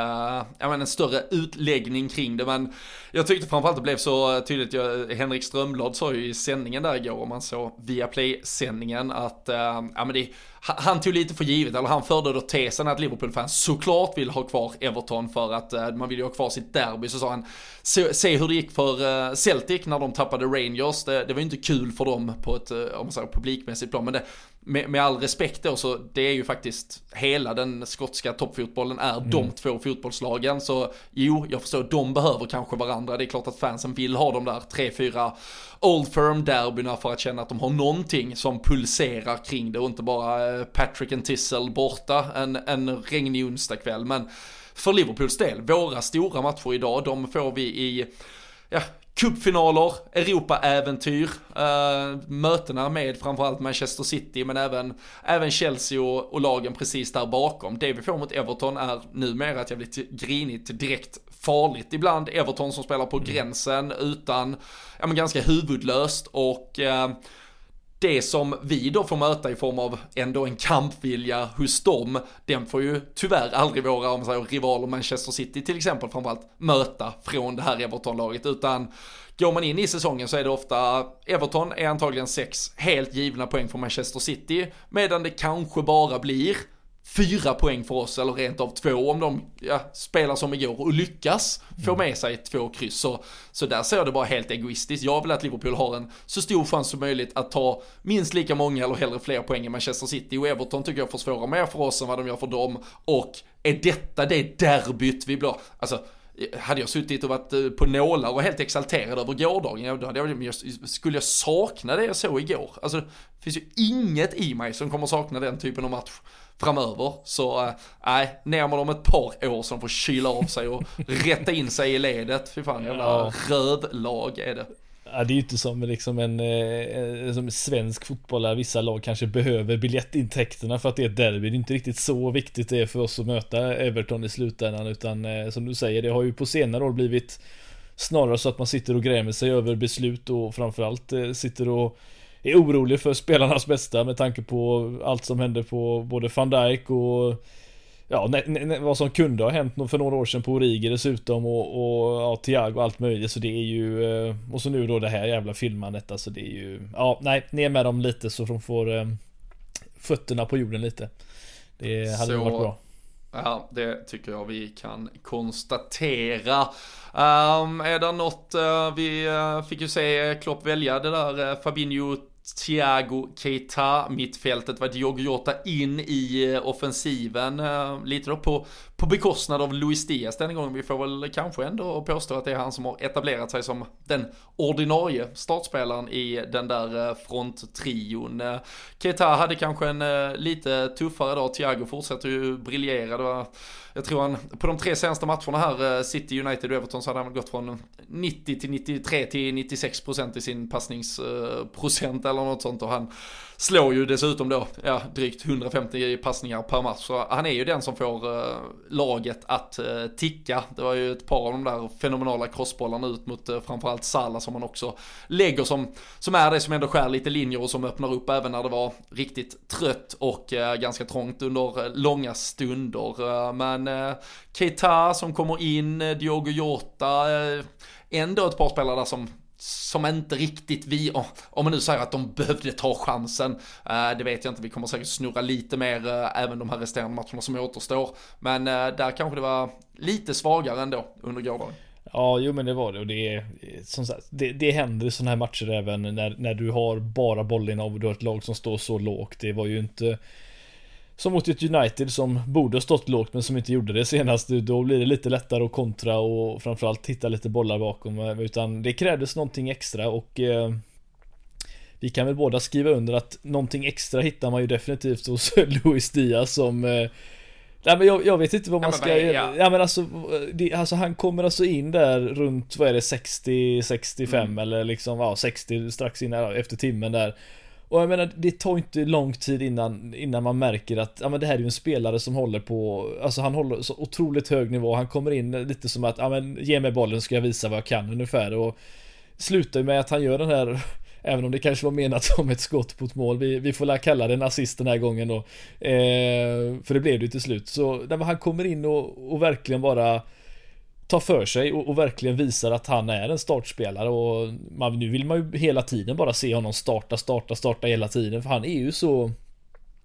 en större utläggning kring det. Men jag tyckte framförallt det blev så tydligt. Henrik Strömblad sa ju i sändningen där igår, om man så via Play-sändningen, att han tog lite för givet, eller han förde då tesen att Liverpool-fans såklart vill ha kvar Everton för att man vill ju ha kvar sitt derby. Så sa han, se hur det gick för Celtic när de tappade Rangers. Det var ju inte kul för dem på ett, om man säger, publikmässigt plan, men det, med all respekt då, så det är ju faktiskt hela den skotska toppfotbollen är de två fotbollslagen. Så jo, jag förstår, de behöver kanske varandra. Det är klart att fansen vill ha de där 3-4 Old Firm-derbyna för att känna att de har någonting som pulserar kring det och inte bara Patrick and Tissel borta en regnig onsdagkväll. Men för Liverpools del, våra stora matcher idag, de får vi i cupfinaler, Europa-äventyr, mötena med framförallt Manchester City, men även Chelsea och lagen precis där bakom. Det vi får mot Everton är numera ett jävligt grinigt, direkt farligt ibland. Everton som spelar på gränsen utan, men ganska huvudlöst, och det som vi då får möta i form av ändå en kampvilja hos dem, den får ju tyvärr aldrig våra, om man säger, rivaler Manchester City till exempel framförallt möta från det här Everton-laget, utan går man in i säsongen så är det ofta Everton är antagligen 6 helt givna poäng för Manchester City, medan det kanske bara blir 4 poäng för oss, eller rent av 2 om de spelar som igår och lyckas få med sig 2 kryss. Så där ser jag det bara helt egoistiskt. Jag vill att Liverpool har en så stor chans som möjligt att ta minst lika många eller hellre fler poäng än Manchester City, och Everton tycker jag försvårar mer för oss än vad de gör för dem. Och är detta det derbyt vi blir, alltså hade jag suttit och varit på nålar och helt exalterad över gårdagen, då hade skulle jag sakna det jag såg igår. Alltså det finns ju inget i mig som kommer sakna den typen av match framöver. Så ner med dem ett par år som får kyla av sig och rätta in sig i ledet. Fy fan, jävla rövlag är det. Ja, det är ju inte som liksom som svensk fotboll där vissa lag kanske behöver biljettintäkterna för att det är ett derby. Det är inte riktigt så viktigt det är för oss att möta Everton i slutändan, utan som du säger, det har ju på senare år blivit snarare så att man sitter och grämer sig över beslut, och framförallt sitter och är orolig för spelarnas bästa med tanke på allt som hände på både Van Dijk och vad som kunde ha hänt för några år sedan på Origi dessutom, och Thiago och allt möjligt. Så det är ju, och så nu då det här jävla filmandet, alltså det är ju, ner med dem lite så de får fötterna på jorden lite. Det hade varit bra. Ja, det tycker jag vi kan konstatera. Är det något, vi fick ju se Klopp välja det där Fabinho, Thiago, Keita, mittfältet, var Diogo Jota in i offensiven, lite då på bekostnad av Luis Diaz den gången. Vi får väl kanske ändå påstå att det är han som har etablerat sig som den ordinarie startspelaren i den där fronttrion. Keita hade kanske en lite tuffare dag. Thiago fortsätter ju briljera. Jag tror han på de 3 senaste matcherna här, City, United och Everton, så hade han gått från 90 till 93 till 96% i sin passningsprocent eller något sånt, och han slår ju dessutom då drygt 150 passningar per match, så han är ju den som får laget att ticka. Det var ju ett par av de där fenomenala crossbollarna ut mot framförallt Salah som man också lägger som är det som ändå skär lite linjer och som öppnar upp även när det var riktigt trött och ganska trångt under långa stunder. Men Keita som kommer in, Diogo Jota, ändå ett par spelare där som inte riktigt om man nu säger att de behövde ta chansen, det vet jag inte, vi kommer säkert snurra lite mer även de här resterande matcherna som återstår, men där kanske det var lite svagare ändå under gårdagen. Ja, jo men det var det, och det är som sagt, det händer i sådana här matcher även när du har bara bollen och du har ett lag som står så lågt. Det var ju inte som mot ett United som borde ha stått lågt men som inte gjorde det senast. Då blir det lite lättare att kontra och framförallt hitta lite bollar bakom, utan det krävdes någonting extra, och vi kan väl båda skriva under att någonting extra hittar man ju definitivt hos Luis Diaz som nej, men jag vet inte vad man ska göra. Ja, men alltså han kommer alltså in där runt, vad är det, 60-65 eller liksom 60 strax innan, efter timmen där. Och jag menar, det tar inte lång tid innan man märker att det här är ju en spelare som håller på, alltså han håller så otroligt hög nivå. Han kommer in lite som att ge mig bollen ska jag visa vad jag kan ungefär, och slutar ju med att han gör den här, även om det kanske var menat som ett skott på ett mål, vi får kalla det en assist den här gången då, för det blev det till slut. Så han kommer in och verkligen bara tar för sig och verkligen visar att han är en startspelare, och nu vill man ju hela tiden bara se honom starta hela tiden, för han är ju så,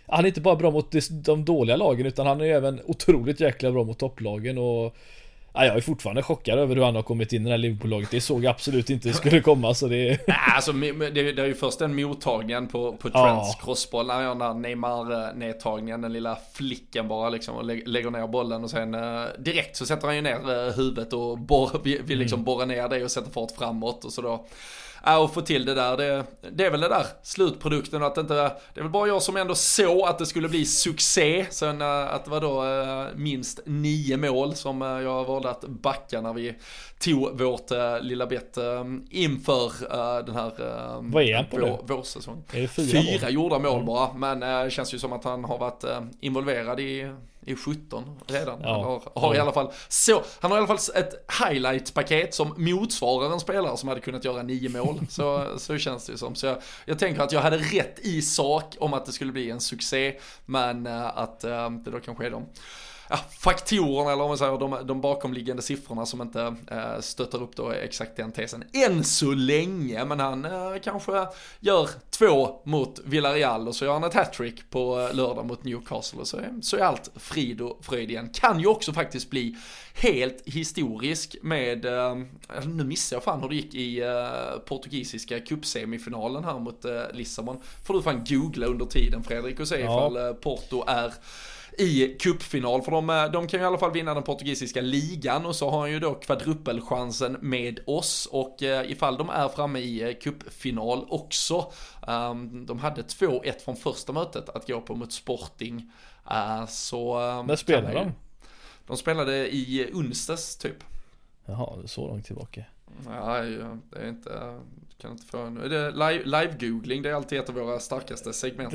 han är inte bara bra mot de dåliga lagen, utan han är ju även otroligt jäkla bra mot topplagen. Och jag är fortfarande chockad över hur han har kommit in i det här Liverpool-laget. Det såg jag absolut inte skulle komma, så det... Alltså, det är ju först den mottagningen på Trents crossboll, när Neymar-nedtagningen, den lilla flicken bara liksom, och lägger ner bollen, och sen direkt så sätter han ju ner huvudet och vill liksom borra ner det och sätta fart framåt, och så då och få till det där, det är väl det där slutprodukten, att inte, det är väl bara jag som ändå såg att det skulle bli succé, sen att det var då minst 9 mål som jag valde att backa när vi tog vårt lilla bett inför den här vad är han på vårsäsongen. Är det 4 gjorda mål bara, men det känns ju som att han har varit involverad i 17 redan. Ja. Han har i alla fall han har i alla fall ett highlight-paket som motsvarar en spelare som hade kunnat göra 9 mål. Så känns det som. Så jag tänker att jag hade rätt i sak om att det skulle bli en succé, men att det då kanske är faktorerna, eller om man säger de bakomliggande siffrorna som inte stöttar upp då exakt den tesen än så länge. Men han kanske gör 2 mot Villarreal, och så gör han ett hattrick på lördag mot Newcastle, och så är allt frid och fröjd igen. Kan ju också faktiskt bli helt historisk med, nu missar jag fan hur det gick i portugisiska cupsemifinalen här mot Lissabon. Får du fan googla under tiden, Fredrik, och se ifall Porto är i cupfinal, för de kan ju i alla fall vinna den portugisiska ligan, och så har han ju då kvadruppelchansen med oss, och ifall de är framme i cupfinal också, de hade 2-1 från första mötet att gå på mot Sporting, så när spelar de? De spelade i onsdags typ. Jaha, så långt tillbaka. Ja, det är inte, kan inte få nu. Är det live-googling, det är alltid ett av våra starkaste segment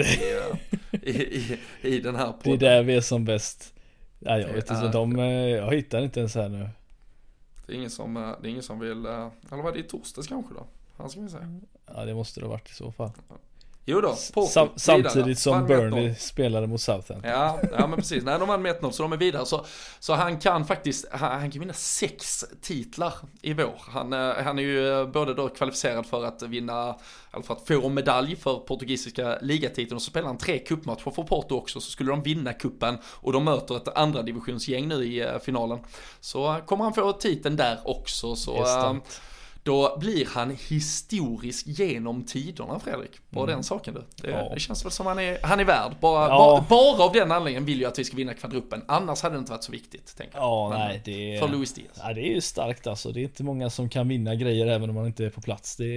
i den här podden. Det är där vi är som bäst. Ja, jag vet inte, jag hittar inte ens här nu. Det är ingen som vill, eller vad det är, torsdags kanske då? Han ska vi säga. Ja, det måste det ha varit i så fall. Jo då, samtidigt som Burnley spelade mot Southampton. Ja, men precis. Nej, de vann med 1-0, så de är vidare. Så han kan faktiskt, han kan vinna 6 titlar i vår. Han är ju både då kvalificerad för att vinna, eller för att få en medalj för portugisiska ligatiteln, och så spelar han 3 cupmatcher för Porto också, så skulle de vinna kuppen och de möter ett andra divisionsgäng nu i finalen, så kommer han få titeln där också, så då blir han historisk genom tiderna, Fredrik. Bara den saken du. Det känns väl som han är värd. Bara av den anledningen vill jag att vi ska vinna kvadruppen. Annars hade det inte varit så viktigt, tänker jag. För Luis Diaz. Ja, det är ju starkt alltså. Det är inte många som kan vinna grejer även om man inte är på plats. Det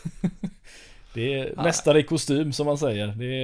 är mästare i kostym, som man säger.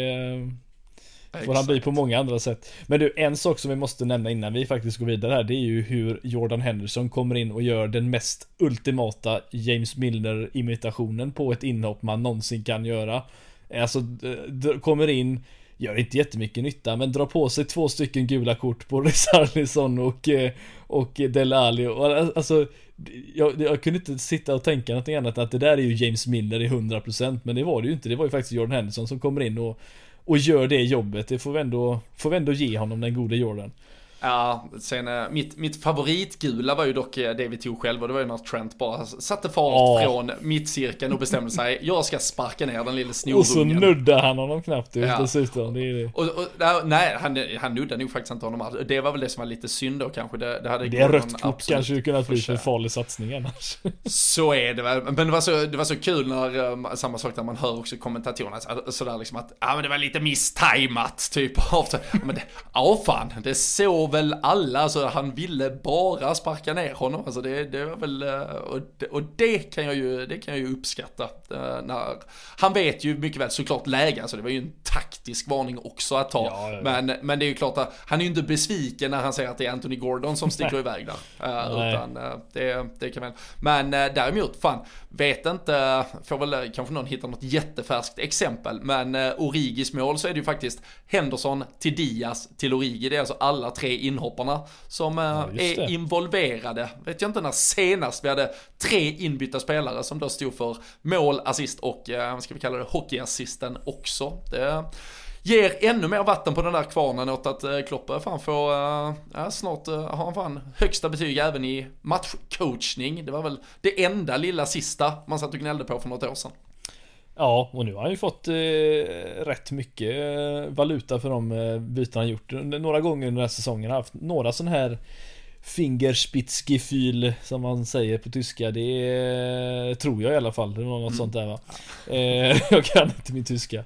Får han bli på många andra sätt. Men du, en sak som vi måste nämna innan vi faktiskt går vidare här, det är ju hur Jordan Henderson kommer in och gör den mest ultimata James Milner-imitationen på ett inhopp man någonsin kan göra. Alltså, kommer in, gör inte jättemycket nytta, men drar på sig 2 stycken gula kort på Richarlison och Dele Alli. Alltså, jag kunde inte sitta och tänka något annat än att det där är ju James Milner i 100%, men det var det ju inte. Det var ju faktiskt Jordan Henderson som kommer in och gör det jobbet. Det får vi ändå ge honom, den gode Jordan. Ja, sen mitt favoritgula var ju dock det vi tog själv, och det var ju när Trent bara satte fart från mittcirkeln och bestämde sig, jag ska sparka ner den lilla snorungen. Och så nuddade han honom knappt dessutom. Det är det. Nej, han nuddade nog faktiskt inte honom. Det var väl det som var lite synd då kanske. Det är rött kort kanske det kunnat bli för farlig satsning annars. Så är det väl. Men det var så kul när samma sak där man hör också kommentatorerna sådär liksom att men det var lite misstajmat typ. Men fan, det så väl alla, alltså han ville bara sparka ner honom, alltså det var väl, och det kan jag ju uppskatta, när han vet ju mycket väl såklart läge, alltså det var ju en taktisk varning också att ta, men det är ju klart att han är ju inte besviken när han säger att det är Anthony Gordon som sticker iväg där, utan det kan väl, men däremot fan, vet inte, får väl kanske någon hitta något jättefärskt exempel, men Origis mål, så är det ju faktiskt Henderson till Diaz till Origi, det är alltså alla 3 inhopparna som är involverade. Vet jag inte när senast vi hade 3 inbytta spelare som då stod för mål, assist och ska vi kalla det hockeyassisten också. Det ger ännu mer vatten på den där kvarnen åt att Klopp fan får snart har han fan högsta betyg även i matchcoachning. Det var väl det enda lilla sista man satt och gnällde på för något år sedan. Ja, och nu har han ju fått rätt mycket valuta för de byten han gjort. Några gånger under den här säsongen har haft några sån här Fingerspitzgefühl som man säger på tyska. Det tror jag i alla fall. Det var något sånt där, va? Jag kan inte min tyska.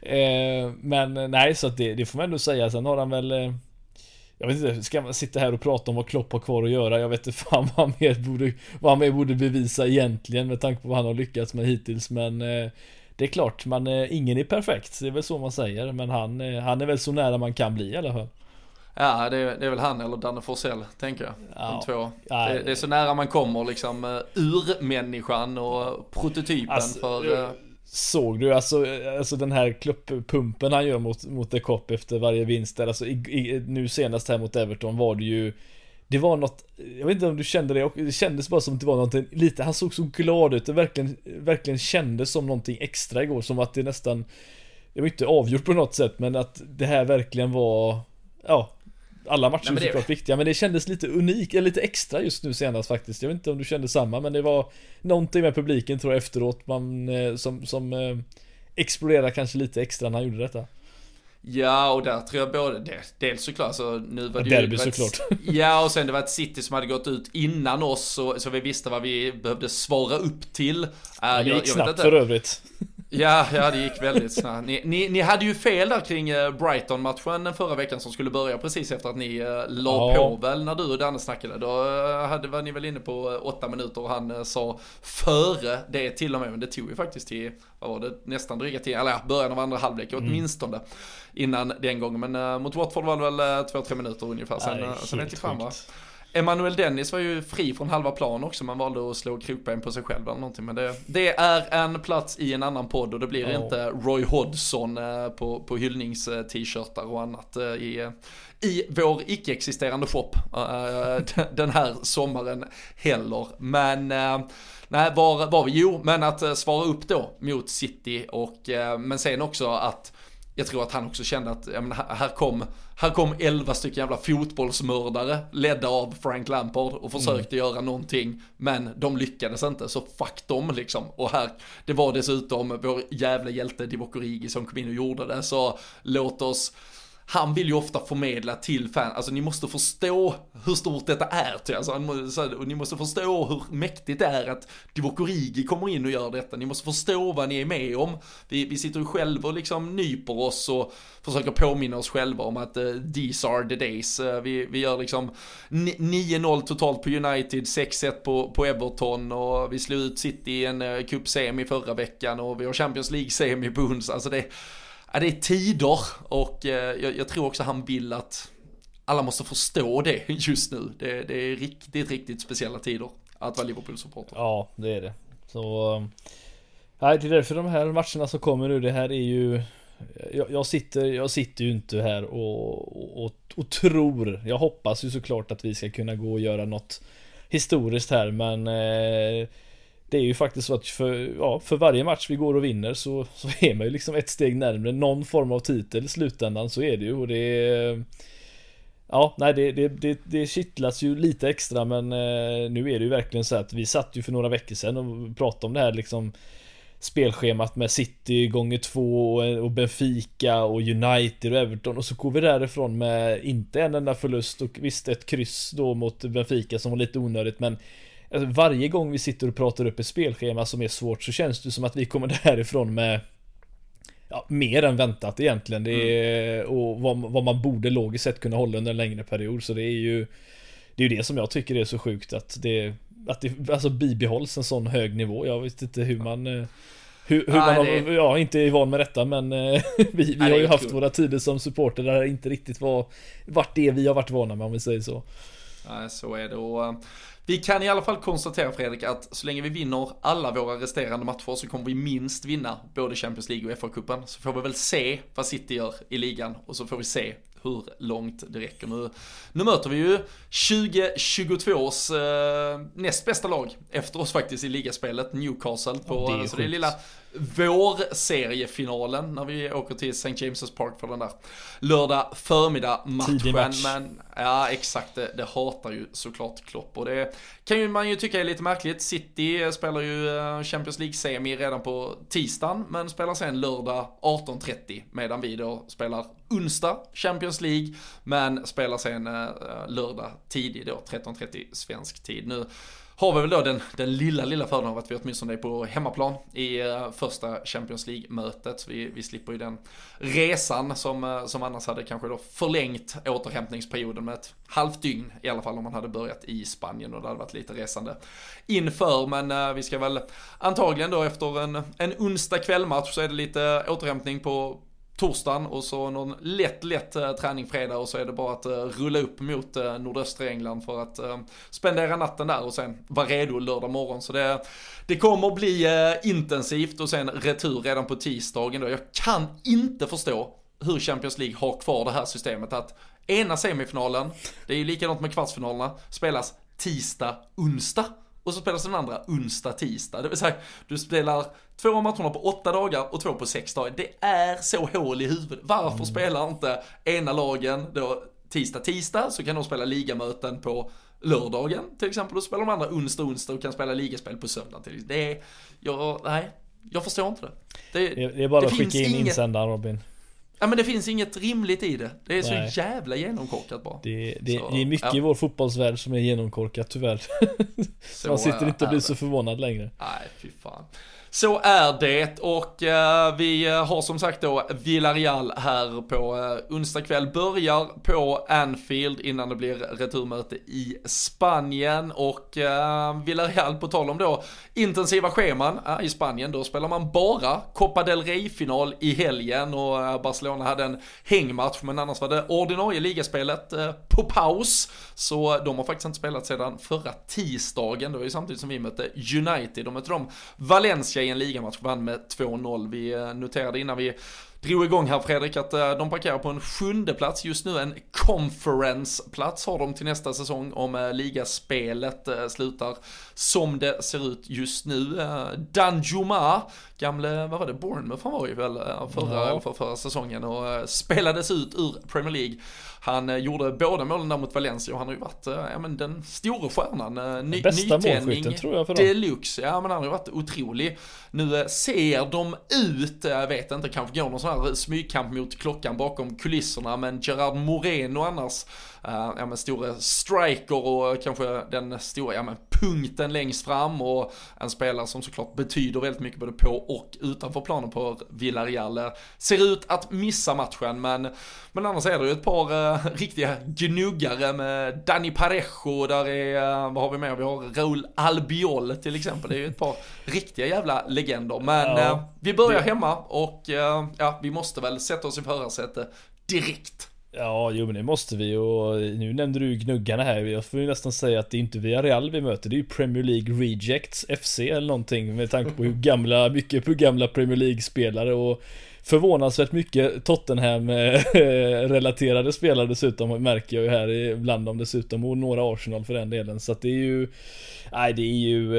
Men nej, så att det får man ändå säga. Sen har han väl... jag vet inte, ska man sitta här och prata om vad Klopp har kvar att göra? Jag vet inte fan vad han mer borde bevisa egentligen med tanke på vad han har lyckats med hittills. Men det är klart, ingen är perfekt. Det är väl så man säger. Men han är väl så nära man kan bli i alla fall. Ja, det är väl han eller Danne Forsell, tänker jag. Ja. De två. Det är så nära man kommer liksom ur-människan och prototypen alltså, för... Såg du alltså den här klubppumpen han gör mot The Cop efter varje vinst där, alltså nu senast här mot Everton var det var något, jag vet inte om du kände det kändes bara som att det var någonting lite, han såg så glad ut, det verkligen kändes som någonting extra igår, som att det nästan, det var inte avgjort på något sätt, men att det här verkligen var, ja, alla matcher är såklart viktiga, men det kändes lite unikt, eller lite extra just nu senast faktiskt. Jag vet inte om du kände samma, men det var någonting med publiken tror jag efteråt som exploderade kanske lite extra när han gjorde detta. Ja, och där tror jag både dels såklart, alltså, nu var det derby såklart. Ja, och sen det var ett City som hade gått ut innan oss, så vi visste vad vi behövde svara upp till. Det gick snabbt för övrigt. Ja, det gick väldigt snabbt. Ni hade ju fel där kring Brighton-matchen förra veckan som skulle börja precis efter att ni la på väl när du och Danne snackade. Då var ni väl inne på 8 minuter och han sa före det till och med, men det tog ju faktiskt till, vad var det, nästan dryga till, eller ja, början av andra halvlek åtminstone innan den gången. Men mot Watford var det väl 2-3 minuter ungefär sen helt fram, va? Emmanuel Dennis var ju fri från halva plan också. Man valde att slå krokben på sig själv eller någonting. Men det är en plats i en annan podd. Och det blir inte Roy Hodgson på hyllnings-t-shirtar och annat i vår icke-existerande shop den här sommaren heller. Men nej, var vi? Jo, men att svara upp då mot City. Men sen också att jag tror att han också kände att här kom 11 stycken jävla fotbollsmördare ledda av Frank Lampard och försökte göra någonting, men de lyckades inte, så fuck dem liksom. Och här, det var dessutom vår jävla hjälte Divock Origi som kom in och gjorde det, så låt oss... Han vill ju ofta förmedla till fan, alltså ni måste förstå hur stort detta är, alltså, och ni måste förstå hur mäktigt det är att Divock Origi kommer in och gör detta. Ni måste förstå vad ni är med om. Vi sitter ju själva och liksom nyper oss och försöker påminna oss själva om att these are the days. Vi gör liksom 9-0 totalt på United, 6-1 på Everton, och vi slog ut City i en cup-semi förra veckan, och vi har Champions League-semi på Bunds. Alltså det är tider, och jag tror också han vill att alla måste förstå det just nu. Det är riktigt speciella tider att vara Liverpool-supporter. Ja, det är det. Så nej, det är därför de här matcherna som kommer nu, det här är ju... Jag sitter ju inte här och tror... Jag hoppas ju såklart att vi ska kunna gå och göra något historiskt här, men... Det är ju faktiskt så att för varje match vi går och vinner så är man ju liksom ett steg närmare någon form av titel i slutändan, så är det ju, och det kittlas ju lite extra, men nu är det ju verkligen så att vi satt ju för några veckor sedan och pratade om det här liksom spelschemat med City gånger 2 och Benfica och United och Everton, och så går vi därifrån med inte en enda förlust, och visst ett kryss då mot Benfica som var lite onödigt, men alltså, varje gång vi sitter och pratar upp ett spelschema som är svårt, så känns det som att vi kommer därifrån med mer än väntat egentligen. Det är, och vad man borde logiskt sett kunna hålla under en längre period. Så det är ju det som jag tycker är så sjukt, att det alltså bibehålls en sån hög nivå. Jag vet inte hur man inte är van med detta, men vi har ju haft våra tider som supporter där det inte riktigt vart det vi har varit vana med, om vi säger så. Nej, så är det, och vi kan i alla fall konstatera, Fredrik, att så länge vi vinner alla våra resterande matcher så kommer vi minst vinna både Champions League och FA-cupen. Så får vi väl se vad City gör i ligan, och så får vi se hur långt det räcker. Nu möter vi ju 2022s näst bästa lag efter oss faktiskt i ligaspelet, Newcastle, på det lilla vår seriefinalen när vi åker till St. James's Park för den där lördag förmiddag matchen. Men ja, exakt, det hatar ju såklart Klopp, och det kan ju man ju tycka är lite märkligt. City spelar ju Champions League-semi redan på tisdagen, men spelar sen lördag 18:30, medan vi då spelar onsdag Champions League, men spelar sen lördag tidig då 13:30 svensk tid. Nu har vi väl då den lilla fördelen av att vi åtminstone är på hemmaplan i första Champions League-mötet. Vi slipper ju den resan som annars hade kanske då förlängt återhämtningsperioden med ett halvt dygn, i alla fall om man hade börjat i Spanien, och det hade varit lite resande inför. Men vi ska väl antagligen då efter en onsdag kvällmatch, så är det lite återhämtning på torsdagen och så någon lätt träning fredag, och så är det bara att rulla upp mot nordöstra England för att spendera natten där och sen vara redo lördag morgon. Så det kommer bli intensivt, och sen retur redan på tisdagen då. Jag kan inte förstå hur Champions League har kvar det här systemet att ena semifinalen, det är ju likadant med kvartsfinalerna, spelas tisdag, onsdag. Och så spelas den andra onsdag, tisdag. Det vill säga, du spelar 2 matcherna på 8 dagar och 2 på 6 dagar. Det är så hål i huvudet. Varför spelar inte ena lagen då tisdag, så kan de spela ligamöten på lördagen till exempel. Då spelar de andra onsdag och kan spela ligaspel på söndag till. Jag förstår inte det. Det är bara att skicka in insändaren, Robin. Ja, men det finns inget rimligt i det. Det är så jävla genomkorkat bara. Det är mycket i vår fotbollsvärld som är genomkorkat, tyvärr. Så man sitter inte och blir så förvånad längre. Nej, fy fan. Så är det, och vi har som sagt då Villarreal här på onsdag kväll. Börjar på Anfield innan det blir returmöte i Spanien. Och Villarreal, på tal om då intensiva scheman i Spanien, då spelar man bara Copa del Rey-final i helgen, och Barcelona hade en hängmatch, men annars var det ordinarie ligaspelet på paus. Så de har faktiskt inte spelat sedan förra tisdagen. Det var ju samtidigt som vi mötte United. De mötte dem Valencia i en ligamatch, vann med 2-0. Vi noterade innan vi drog igång här, Fredrik, att de parkerar på en 7:e plats just nu. En conference-plats har de till nästa säsong om ligaspelet slutar som det ser ut just nu. Danjuma, gamle, vad var det, Bournemouth, han var ju väl förra säsongen och spelades ut ur Premier League. Han gjorde båda målen där mot Valencia, och han har ju varit den stora stjärnan. Bästa målskytten tror jag för dem. Deluxe, men han har ju varit otrolig. Nu ser de ut, jag vet inte, kanske går någon sån här smygkamp mot klockan bakom kulisserna, men Gerard Moreno annars, stora striker och kanske den stora punkten längst fram, och en spelare som såklart betyder väldigt mycket både på och utanför planen på Villarreal. Ser ut att missa matchen, men annars är det ju ett par riktiga gnuggare med Dani Parejo, där är, vad har vi med? Vi har Raúl Albiol till exempel. Det är ju ett par riktiga jävla legender, men vi börjar hemma, och vi måste väl sätta oss i förarsätet direkt. Ja, men det måste vi, och nu nämnde du gnuggarna här. Jag får ju nästan säga att det är inte Villarreal vi möter, det är ju Premier League Rejects FC eller någonting, med tanke på hur gamla Premier League-spelare, och förvånansvärt mycket Tottenham-relaterade spelare dessutom, märker jag ju här bland dem dessutom, och några Arsenal för den delen. Så att det är ju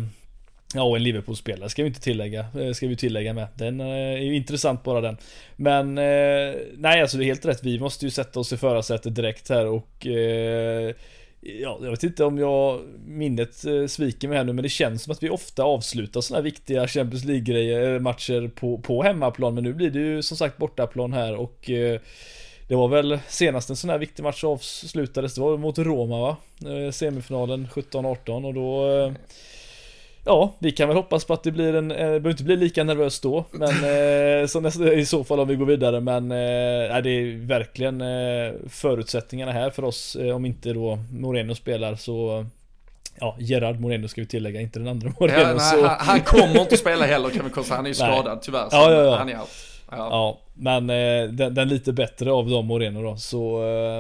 en Liverpool-spelare ska vi tillägga med. Den är ju intressant bara den. Men alltså det är helt rätt. Vi måste ju sätta oss i förarsätet direkt här, och jag vet inte om minnet sviker mig här nu, men det känns som att vi ofta avslutar såna här viktiga Champions League-grejer, matcher på hemmaplan, men nu blir det ju som sagt bortaplan här, och det var väl senast en sån här viktig match avslutades, det var mot Roma, va? Semifinalen 17-18, och då vi kan väl hoppas på att det blir det behöver inte bli lika nervöst då, men i så fall om vi går vidare. Men det är verkligen förutsättningarna här för oss, om inte då Moreno spelar, så Gerard Moreno ska vi tillägga, inte den andra Moreno. Han kommer inte att spela heller, kan vi konstatera. Han är ju skadad tyvärr, så han är out. Men den lite bättre av dem Moreno då, så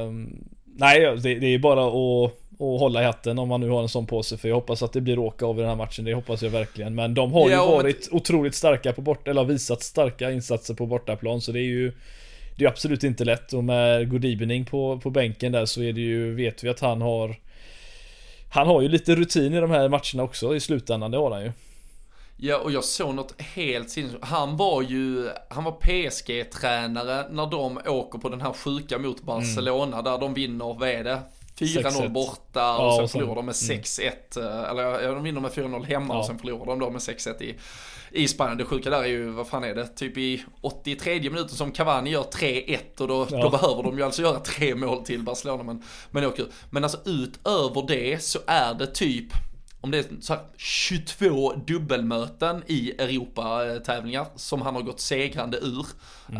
det är bara att hålla i hatten om man nu har en sån på sig, för jag hoppas att det blir råka av den här matchen, det hoppas jag verkligen. Men de har ju varit otroligt starka eller visat starka insatser på bortaplan, så det är absolut inte lätt. Och med God Evening på bänken där, så är det ju, vet vi att han har ju lite rutin i de här matcherna också i slutändan, det har han ju. Ja, och jag såg något helt sinnessjukt. Han var PSG-tränare när de åker på den här sjuka mot Barcelona där de vinner, vad är det? 4-0 borta och sen förlorar de med 6-1. Eller de vinner med 4-0 hemma och sen förlorar de då med 6-1 i Spanien. Det sjuka där är ju, vad fan är det? Typ i 83 minuter som Cavani gör 3-1 och då behöver de ju alltså göra 3 mål till Barcelona. Men alltså utöver det så är det typ, om det är så här 22 dubbelmöten i Europa-tävlingar som han har gått segrande ur.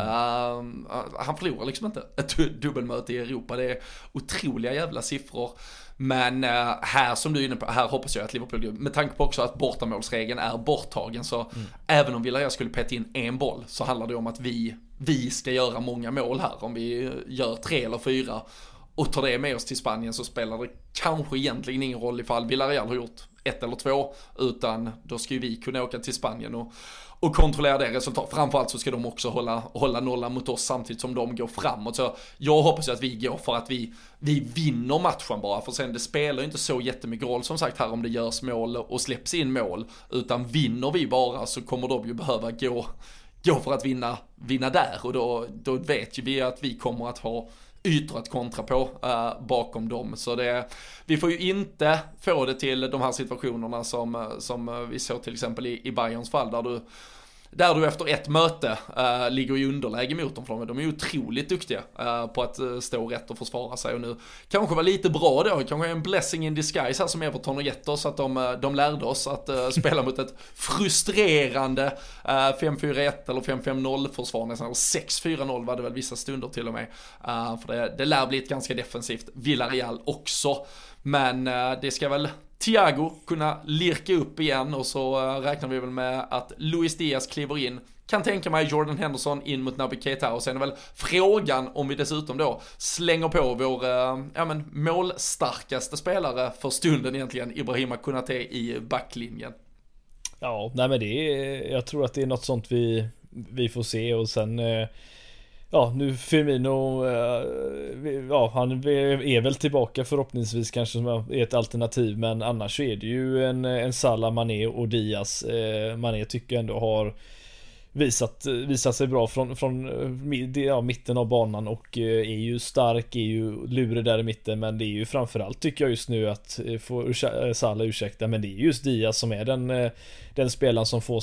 Han förlorar liksom inte ett dubbelmöte i Europa. Det är otroliga jävla siffror. Men här som du är inne på, här hoppas jag att Liverpool, med tanke på också att bortamålsregeln är borttagen, så även om Villarreal skulle peta in en boll så handlar det om att vi ska göra många mål här. Om vi gör 3 eller 4 och tar det med oss till Spanien så spelar det kanske egentligen ingen roll ifall Villarreal har gjort 1 eller 2, utan då ska ju vi kunna åka till Spanien och kontrollera det resultat. Framförallt så ska de också hålla nollan mot oss samtidigt som de går framåt. Så jag hoppas ju att vi går för att vi vinner matchen bara, för sen det spelar ju inte så jättemycket roll som sagt här om det görs mål och släpps in mål, utan vinner vi bara så kommer de ju behöva gå för att vinna där, och då vet ju vi att vi kommer att ha ytor att kontra på bakom dem. Så vi får ju inte få det till de här situationerna som vi såg till exempel i Bayerns fall, där du efter ett möte ligger i underläge mot dem, för de är ju otroligt duktiga på att stå rätt och försvara sig, och nu kanske var lite bra då, kanske en blessing in disguise här som Everton har gett oss, att de lärde oss att spela mot ett frustrerande 5-4-1 eller 5-5-0 försvar nästan, eller 6-4-0 var det väl vissa stunder till och med, för det lär bli ett ganska defensivt Villarreal också, men det ska väl Thiago kunna lirka upp igen, och så räknar vi väl med att Luis Diaz kliver in. Kan tänka mig Jordan Henderson in mot Naby Keita, och sen är väl frågan om vi dessutom då slänger på vår målstarkaste spelare för stunden egentligen, Ibrahima Konate i backlinjen. Ja, nej men jag tror att det är något sånt vi får se, och sen nu Firmino, han är väl tillbaka förhoppningsvis, kanske som är ett alternativ, men annars är det ju en Salah, Mané och Diaz. Mané tycker jag ändå har visat sig bra från mitten av banan, och är ju stark, är ju lurig där i mitten, men det är ju framförallt, tycker jag just nu, att få Salah ursäkta, men det är just Diaz som är den spelaren som får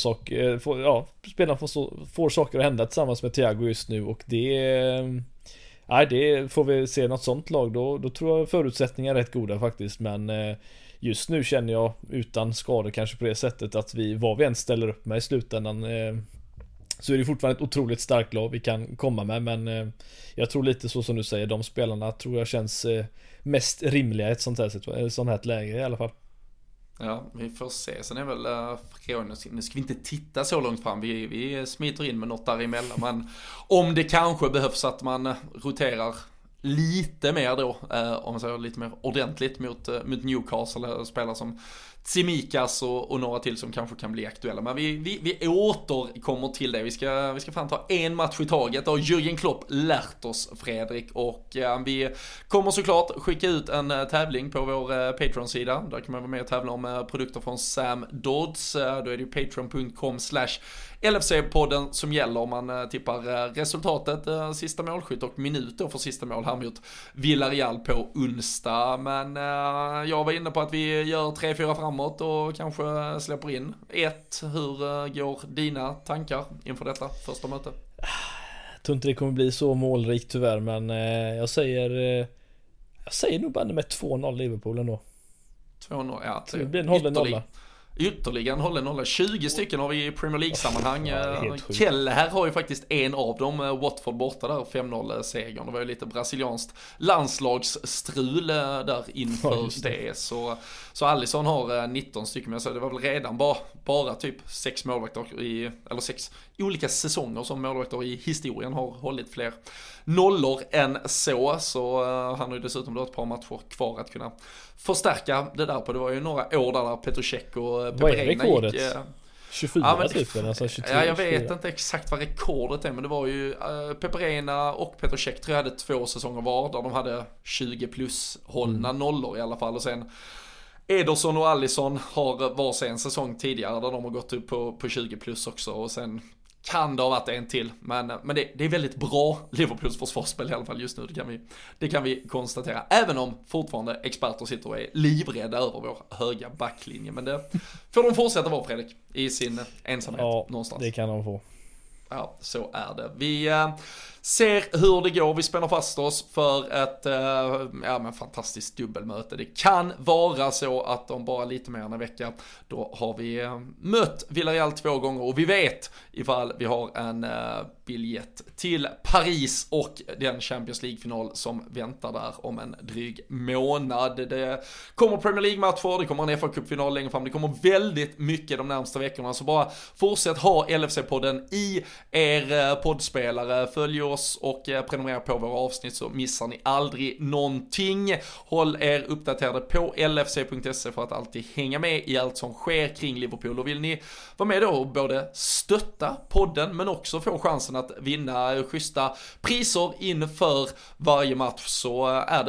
saker att hända tillsammans med Thiago just nu, och det får vi se något sånt lag, då tror jag förutsättningarna är rätt goda faktiskt, men just nu känner jag, utan skador kanske på det sättet, att vad vi än ställer upp med i slutändan, så är det fortfarande ett otroligt starkt lag vi kan komma med, men jag tror lite så som du säger, de spelarna tror jag känns mest rimliga i ett sånt här läge i alla fall. Ja, vi får se. Sen är väl nu ska vi inte titta så långt fram, vi smiter in med något däremellan, men om det kanske behövs att man roterar lite mer då, om man säger lite mer ordentligt mot Newcastle, eller spelare som Tsimikas och några till som kanske kan bli aktuella. Men vi återkommer till det. Vi ska fan ta en match i taget. Och Jürgen Klopp lärt oss, Fredrik. Och vi kommer såklart skicka ut en tävling på vår Patreon-sida. Där kan man vara med och tävla om produkter från Sam Dodds. Då är det ju patreon.com/LFC-podden som gäller om man tippar resultatet, sista målskytt och minut då för sista mål här mot Villarreal på onsdag. Men jag var inne på att vi gör 3-4 framåt och kanske släpper in ett. Hur går dina tankar inför detta första möte? Jag tror inte det kommer bli så målrikt tyvärr, men jag säger nog bara med 2-0 Liverpool ändå. 2-0, ja. Det blir en hållen nolla. Ytterligare en hållen nolla. 20 stycken har vi i Premier League-sammanhang. Kelle här har ju faktiskt en av dem. Watford borta där, 5-0-segern. Det var ju lite brasilianskt landslagsstrul där inför det. Så Alisson har 19 stycken. Men det var väl redan bara typ 6 målvakter eller 6 olika säsonger som målvakter i historien har hållit fler nollor än så han har ju dessutom då ett par matcher kvar att kunna förstärka det där på. Det var ju några år där Petr Cech och Peperina gick 24 typ, alltså 23, ja, jag vet inte exakt vad rekordet är, men det var ju Peperina och Petr Cech tror jag hade 2 säsonger var där de hade 20 plus hållna nollor i alla fall, och sen Ederson och Alisson har varsin säsong tidigare där de har gått upp på 20 plus också, och sen kan det ha varit en till, men det är väldigt bra Liverpools försvarsspel i alla fall just nu, det kan vi konstatera, även om fortfarande experter sitter och är livrädda över vår höga backlinje, men det får de fortsätta vara, Fredrik, i sin ensamhet någonstans. Det kan de få. Ja, så är det. Vi ser hur det går. Vi spänner fast oss för ett fantastiskt dubbelmöte. Det kan vara så att om bara lite mer än en vecka, då har vi mött Villarreal 2 gånger, och vi vet ifall vi har en biljett till Paris och den Champions League-final som väntar där om en dryg månad. Det kommer Premier League-matcher, det kommer en FA-cupfinal längre fram, det kommer väldigt mycket de närmsta veckorna, så bara fortsätt ha LFC-podden i er poddspelare. Följ oss och prenumerera på våra avsnitt så missar ni aldrig någonting. Håll er uppdaterade på lfc.se för att alltid hänga med i allt som sker kring Liverpool, och vill ni vara med då och både stötta podden men också få chansen att vinna schyssta priser inför varje match, så är det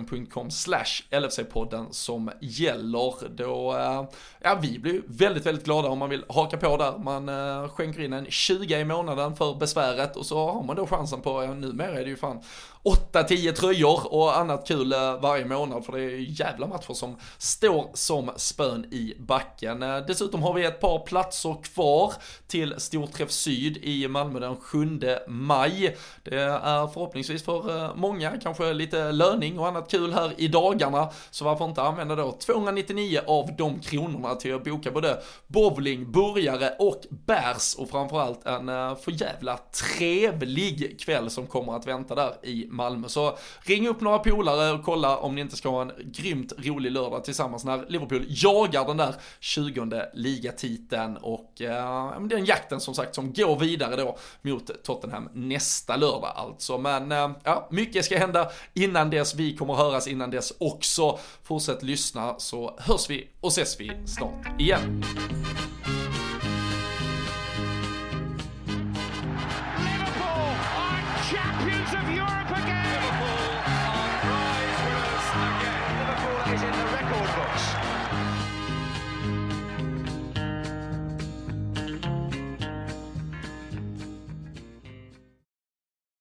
patreon.com/LFC-podden som gäller. Då, vi blir väldigt, väldigt glada om man vill haka på där. Man skänker in en 20 i månaden för besväret, och så har man då chansen på, numera är det ju fan 8-10 tröjor och annat kul varje månad, för det är jävla matcher som står som spön i backen. Dessutom har vi ett par platser kvar till Storträff Syd i Malmö den 7 maj. Det är förhoppningsvis för många kanske lite löning och annat kul här i dagarna, så varför inte använda då 299 av de kronorna till att boka både bowling, burgare och bärs, och framförallt en för jävla trevlig kväll som kommer att vänta där i Malmö. Så ring upp några polare och kolla om ni inte ska ha en grymt rolig lördag tillsammans när Liverpool jagar den där 20:e ligatiteln, och den jakten som sagt som går vidare då mot Tottenham nästa lördag alltså. Men mycket ska hända innan dess, vi kommer höras innan dess också. Fortsätt lyssna, så hörs vi och ses vi snart igen.